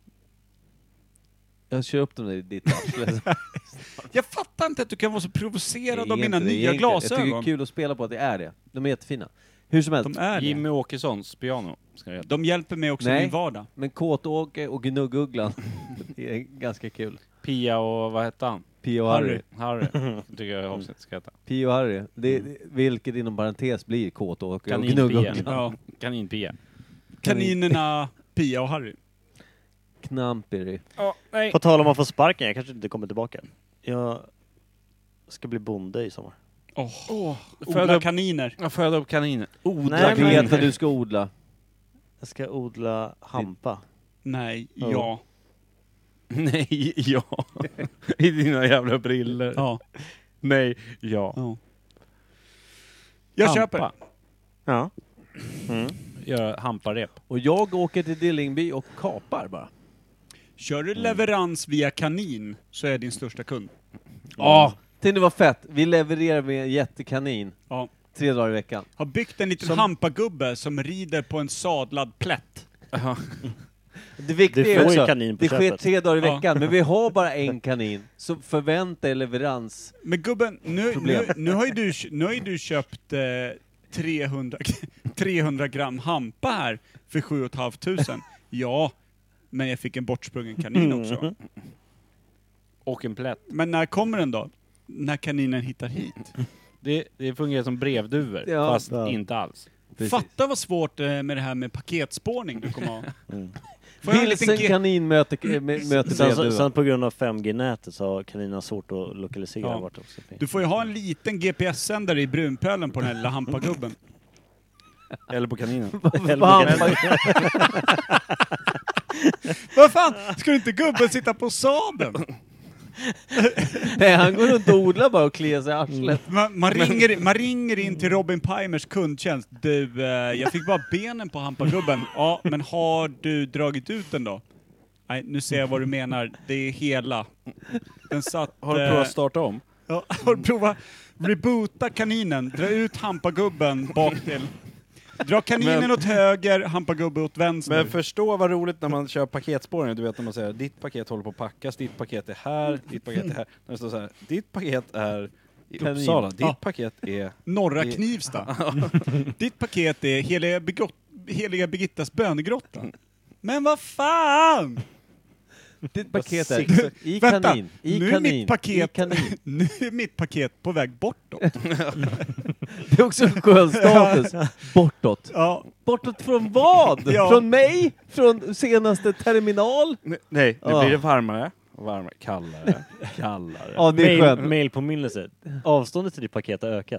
Jag kör upp dem i ditt arsle. Jag fattar inte att du kan vara så provocerad av mina Det är nya egentligen- Jag tycker det är glasögon. kul att spela på att det är det. De är jättefina. Hur som helst. De är det. Jimmy Åkessons piano ska det heta. De hjälper mig också i Nej. min vardag. Men Kåtåke och Gnuggugglan, det är ganska kul. Pia och vad hette han? Pio och Harry. Harry. Tycker jag avsnitt ska heta. Pio och Harry. Vilket inom parentes blir Kåtåke och Kanin-Pia. Gnuggugglan. Ja. Kanin-Pia. Kaninerna Pia och Harry. Knamperi. På tal om att få sparken, jag kanske inte kommer tillbaka. Jag ska bli bonde i sommar. Odla Föda- kaniner. Jag föder upp kaniner. Nej, Jag men- vet vad du ska odla. Jag ska odla hampa. Nej, Ja. ja. Nej, ja. I dina jävla briller. Ja. Nej, ja. ja. Jag Hampa. köper. Ja. Gör hamparep. Och jag åker till Dillingby och kapar bara. Kör du leverans via kanin så är din största kund. Ja, det var fett. Vi levererar med en jättekanin. Ja. 3 dagar i veckan. Har byggt en liten hampagubbe som rider på en sadlad plätt. Det viktiga Du är får ju också, kanin på det sker köpet. 3 dagar i Ja. veckan, men vi har bara en kanin. Så förvänta er leverans. Men gubben, nu har ju du köpt 300 gram hampa här för 7 500. Ja, men jag fick en bortsprungen kanin också. Och en plätt. Men när kommer den då? När kaninen hittar hit? Det fungerar som brevduvor, Ja. fast Ja. inte alls. Precis. Fatta vad svårt med det här med paketspårning du kommer ha. Får jag en liten Vilsen kanin möter brevduva. Sen på grund av 5G-nätet så har kaninerna svårt att lokalisera Ja. vart också. Du får ju ha en liten GPS-sändare i brunpölen på den här lilla hampagubben. Eller på kaninen. Vad fan, ska inte gubben sitta på sadeln? Nej, han går runt och odlar bara och kliar sig i arslet. Man ringer in till Robin Pymers kundtjänst. Du, jag fick bara benen på hampagubben. Ja, men har du dragit ut den då? Nej, nu ser jag vad du menar. Det är hela. Den satt... Har du provat starta om? Ja, har du provat reboota kaninen, dra ut hampagubben bak till. Dra kaninen åt höger, hampagubbe åt vänster. Men förstå vad roligt när man kör paketspåren. Du vet när man säger ditt paket håller på att packas, ditt paket är här, ditt paket är här. När det står så här, ditt paket är i Kanin. Uppsala, ditt paket är... Norra Knivsta. Ditt paket är heliga Birgittas bönegrotta. Men vad fan! Ditt paket är i Vänta, kanin. I nu är kanin. mitt paket, I kanin. nu är mitt paket på väg bortåt. Det är också en skön status. Bortåt. Ja. Bortåt från vad? Ja. Från mig? Från senaste terminal? Nej, nu Ja. blir det varmare. Varmare, kallare. Ja, det är skönt. Mailpåminnelse. Avståndet till ditt paket har ökat.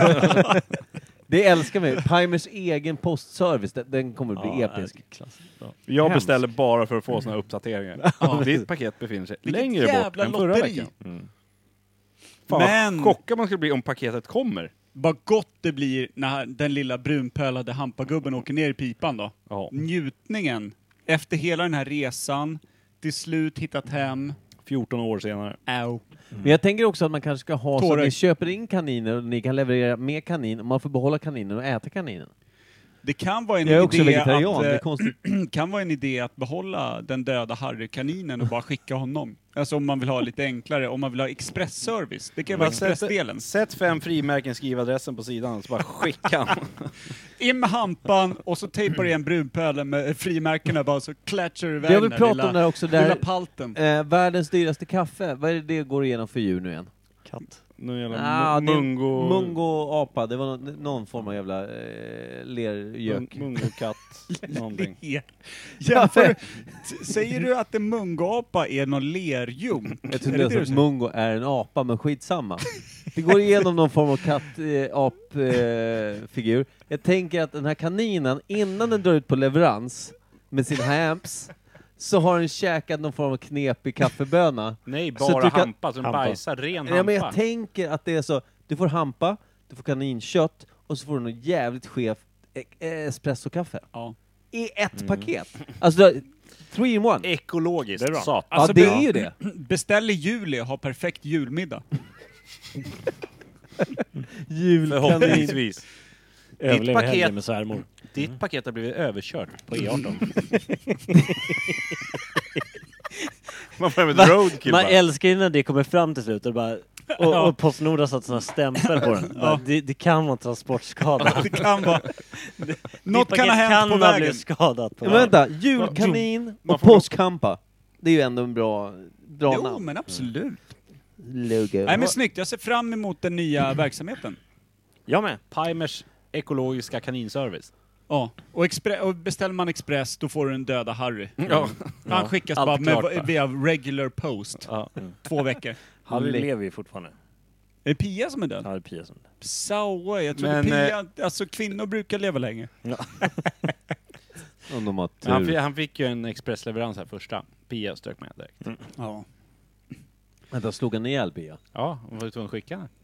Det älskar mig. Pymers egen postservice, den kommer att bli episk. Jag Hemskt. beställer bara för att få såna uppdateringar. Ditt paket befinner sig längre bort jävla än förra lotteri. veckan. Fan, Men- vad chockad man skulle bli om paketet kommer. Vad gott det blir när den lilla brunpölade hampagubben åker ner i pipan då. Ja. Njutningen. Efter hela den här resan, till slut hittat hem. 14 år senare. Au. Men jag tänker också att man kanske ska ha så att Tårar. ni köper in kaniner och ni kan leverera med kanin och man får behålla kaninen och äta kaninen. Det kan vara en Jag är också idé vegetarian, det är att, konstigt. kan vara en idé att behålla den döda Harry-kaninen och bara skicka honom. Alltså om man vill ha lite enklare, om man vill ha expressservice. Det kan vara expressdelen. Sätt 5 frimärken, skriv adressen på sidan så bara skicka han. In med hampan och så tejpar du igen brunpölen med frimärkena bara så klatchar du iväg Jag vill den prata om det här också. lilla Där, palten. världens dyraste kaffe. Vad är det går igenom för djur nu igen? Katt. Någon jävla Det är mungo... mungo-apa. Det var någon form av jävla lergök. Mungo-katt. Någonting. Säger du att en mungapa är någon lerljung? Jag tror inte att mungo är en apa, men skitsamma. Det går igenom någon form av katt-ap-figur. Jag tänker att den här kaninen, innan den drar ut på leverans med sin hamps, så har den käkat någon form av knepig kaffeböna. Nej, Så bara du kan- hampa. Så den Hampa. bajsar ren hampa. Ja, men jag tänker att det är så. Du får hampa, du får kaninkött och så får du något jävligt skevt espresso-kaffe. Ja. I ett paket. Alltså, 3 in 1. Ekologiskt. Det är bra. Satan. Alltså, Ja, det är ju det. Beställ i juli och ha perfekt julmiddag. Julkanin. Förhoppningsvis. Överlever paket- helgen med svärmor. Ditt paket har blivit överkört på E18. Man får med ett roadkill Man bara. älskar ju när det kommer fram till slut och bara... Och Postnord har satt sån här stämpel på den. Bara, det kan vara transportskada. Det kan vara... Något Ditt kan ha paket hänt på ha vägen. blivit skadat på Men vänta, julkanin Man och får- påskhampa. Det är ju ändå en bra Jo, namn. men absolut. Logo. Nej, men snyggt. Jag ser fram emot den nya verksamheten. Jag med. Pymers ekologiska kaninservice. Ja, och beställer man express, då får du en döda Harry. Ja. Han skickas allt bara klart, va? via regular post. Ja. 2 veckor. Harry lever ju fortfarande. Är det Pia som är död? Ja, det är Pia som Saue, jag trodde Men, Pia... Alltså kvinnor brukar leva länge. Om de har tur. Han fick ju en expressleverans här första. Pia strök med direkt. Ja. Vänta, slog han ihjäl Pia? Ja, hon var ju tvungen att skicka den.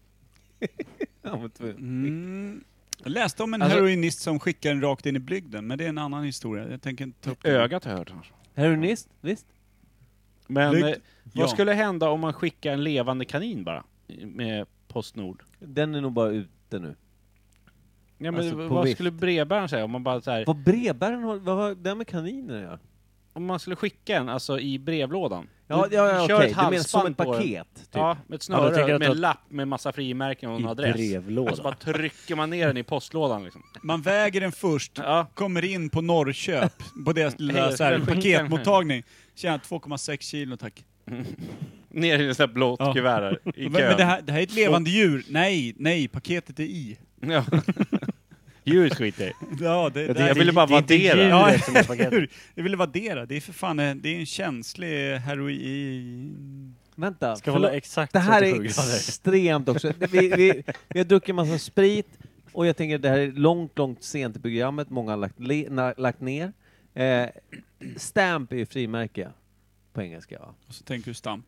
Jag läste om en Alltså- heroinist som skickar den rakt in i blygden, men det är en annan historia. Jag tänker inte ta upp det. Ögat har jag hört annars. Heroinist? Visst? Men Byggt. vad Ja. skulle hända om man skickar en levande kanin bara? Med Postnord. Den är nog bara ute nu. Ja, men Alltså, på vad vift. skulle brevbäraren säga om man bara så här, Vad brevbäraren har, vad har det med kaniner att göra? om man skulle skicka en alltså i brevlådan? Ja, Du ja, kör okej. ett Du menar som halsband ett på den. paket? Typ. Ja, med ett Ja, då tänker snöre jag med en att- lapp med massa frimärken och en I adress. brevlådan. Och så bara trycker man ner den i postlådan liksom. Man väger den först, Ja. kommer in på Norrköp, på deras lilla så här, paketmottagning. Tjena, 2,6 kilo tack. Ner i en sån här blått Ja. kuvert här, i kön. Men det här är ett levande djur. Nej, paketet är i. Ja. Djuret skiter i. Ja, Jag ville bara vaddera. Ja, djuret som är paketet. jag ville vaddera. Det är för fan det är en känslig heroin. Vänta, Ska hålla exakt det här 37 är grader. extremt också. Vi har druckit massa sprit och jag tänker att det här är långt sent i programmet. Många har lagt ner. Stamp är ju frimärke på engelska, va? Och så tänker du Stampe.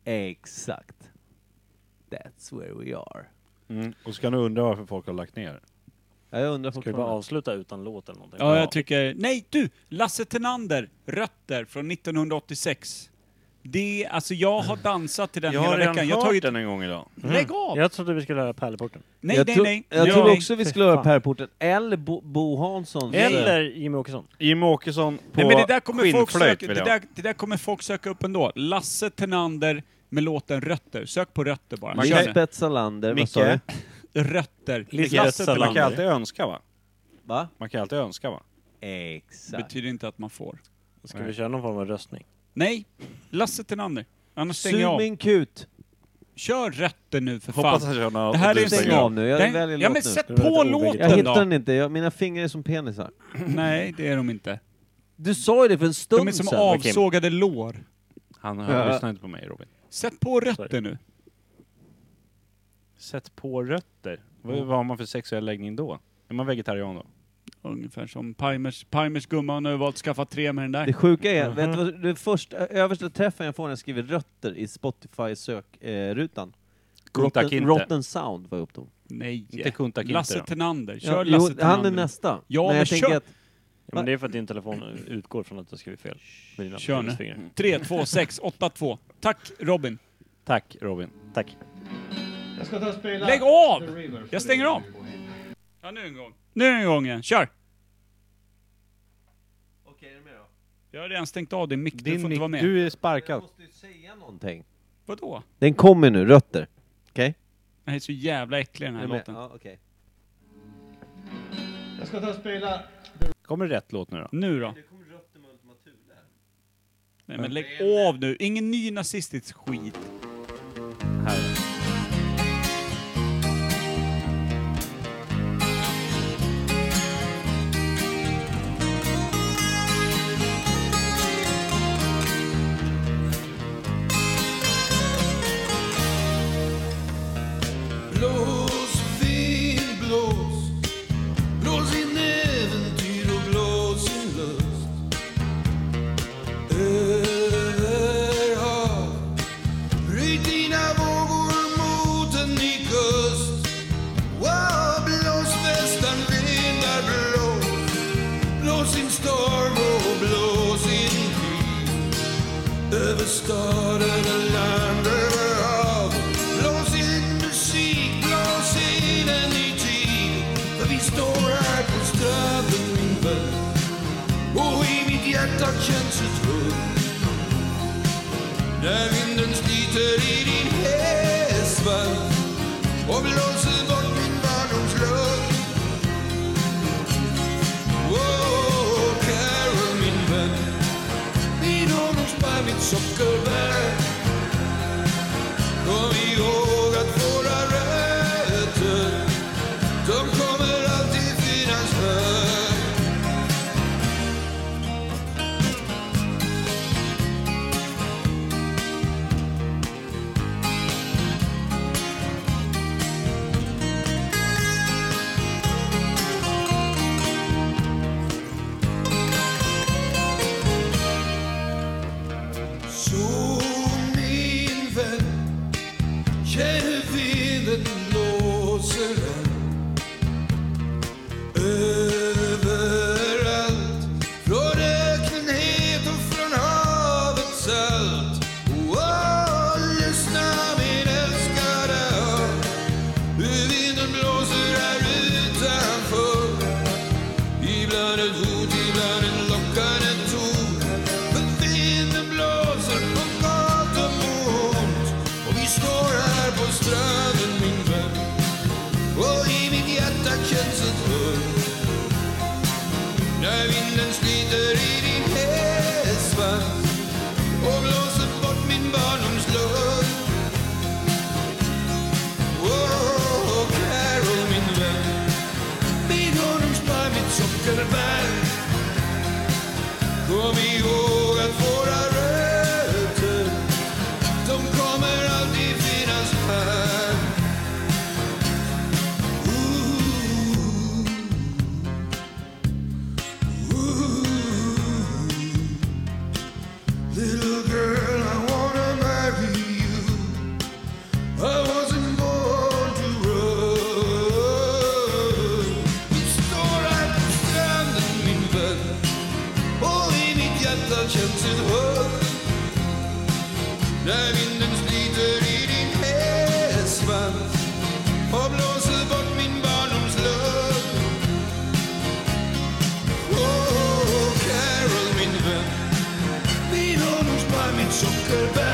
Exakt. That's where we are. Och så kan du undra varför folk har lagt ner. Ja, jag undrar Ska vi bara fortfarande. avsluta utan låt eller någonting? Ja, jag tycker... Nej, du! Lasse Tenander, Rötter från 1986. Det, alltså jag har dansat till den Jag hela har redan veckan. hört den en gång idag. Lägg av! Jag trodde vi skulle höra Pärleporten. Nej, jag nej, tror- nej. Jag nej. tror också vi skulle höra Fan. Pärleporten eller Bo Hansson. Eller Jimmie Åkesson. Jimmie Åkesson på Nej, men det där kommer folk skinnflöjt söka, vill det jag. där kommer folk söka upp ändå. Lasse Tenander med låten Rötter. Sök på Rötter bara. Kör det. Lisbeth Salander, vad Micke. sa du? Rötter. Lisbeth Lasse Salander. Man kan alltid önska va? Va? Man kan alltid önska va? Exakt. Betyder inte att man får. Ska vi köra någon form av röstning? Nej, Lasse Tenander. Annars stänger jag Sug av. min kut. Kör Rötter nu för Hoppas fan. att jag har Det här är en Stäng av nu, jag väljer Ja låt men nu. sätt Det var på lite låten Jag hittar då. den inte, mina fingrar är som penisar. Nej, det är de inte. Du sa ju det för en stund De är som sedan. avsågade lår. Han Ja. lyssnar inte på mig Robin. Sätt på Rötter nu. Sätt på rötter. Vad har man för sexuell läggning då? Är man vegetarian då? Ungefär som Palmers gumma. Hon har ju valt att skaffa 3 med den där. Det sjuka är, vet du vad, det första, översta träffen jag får när jag skriver rötter i Spotify sökrutan. Kunta Kinte. Rotten Sound var jag upptog. Nej. Inte Kunta Kinte Lasse då. Tenander. Ja, Kör jo, Lasse han Tenander. är nästa. Ja, men jag tänker kör. att, Ja, men det är för att din telefon utgår från att du har skrivit fel. Med dina Kör nu. penisfingrar. 3, 2, 6, 8, 2. Tack Robin. Tack Robin. Tack. Lägg av! Jag stänger av. Ja, nu en gång. Nu en gång igen. Kör! Okej, är det med då? Jag har redan stängt av din mick. Du får Din inte vara med. du är Jag sparkad. måste ju säga någonting. Vadå? Den kommer nu, rötter. Okej? Den är så jävla äcklig den här Är du med? låten. Ja, okej. Kommer rätt låt nu då? Nu då? Det kommer rötter med Ultima Thule. Nej men lägg av nu. Ingen ny nazistisk skit. Här. Blås, vind, blås. Blås in äventyr och blås in lust. Över hav. Bryt dina vågor mot en ny kust. Wow, blås västanvindar, blås. Blås in storm och blås in krig. Över stad, över land, över hav. Blås in musik, blås in en ny tid. För vi står här på stranden min vän. Och i mitt hjärta känns ett hugg. När vinden sliter i din hästvagn och blåser bort min barndomslugg. Åh, Carol min vän, min ungdomsbarn, mitt sockerbär. Kom ihåg att våra rötter, de kommer alltid finnas här. Så min vän, känn hur vinden blåser än. Överallt, från öknen het och från havet salt. Åh, lyssna min älskade, hur vinden blåser här utanför. Ibland ett hot, ibland en lockande ton. För vinden blåser på gott och ont. Och vi står här på stranden min vän. Och i mitt hjärta känns ett hugg. När vinden sliter i din hästvagn och blåser bort min barndomslugg. Åh, Carol min vän, min ungdomsbarn, mitt sockerbär. Kom ihåg att våra rötter, de kommer alltid finnas här. Little girl, I wanna marry you. när vinden sliter i din hästsvans och blåser bort min barndomslugn. Carol min vän, min honungsbar, mitt sockerbär.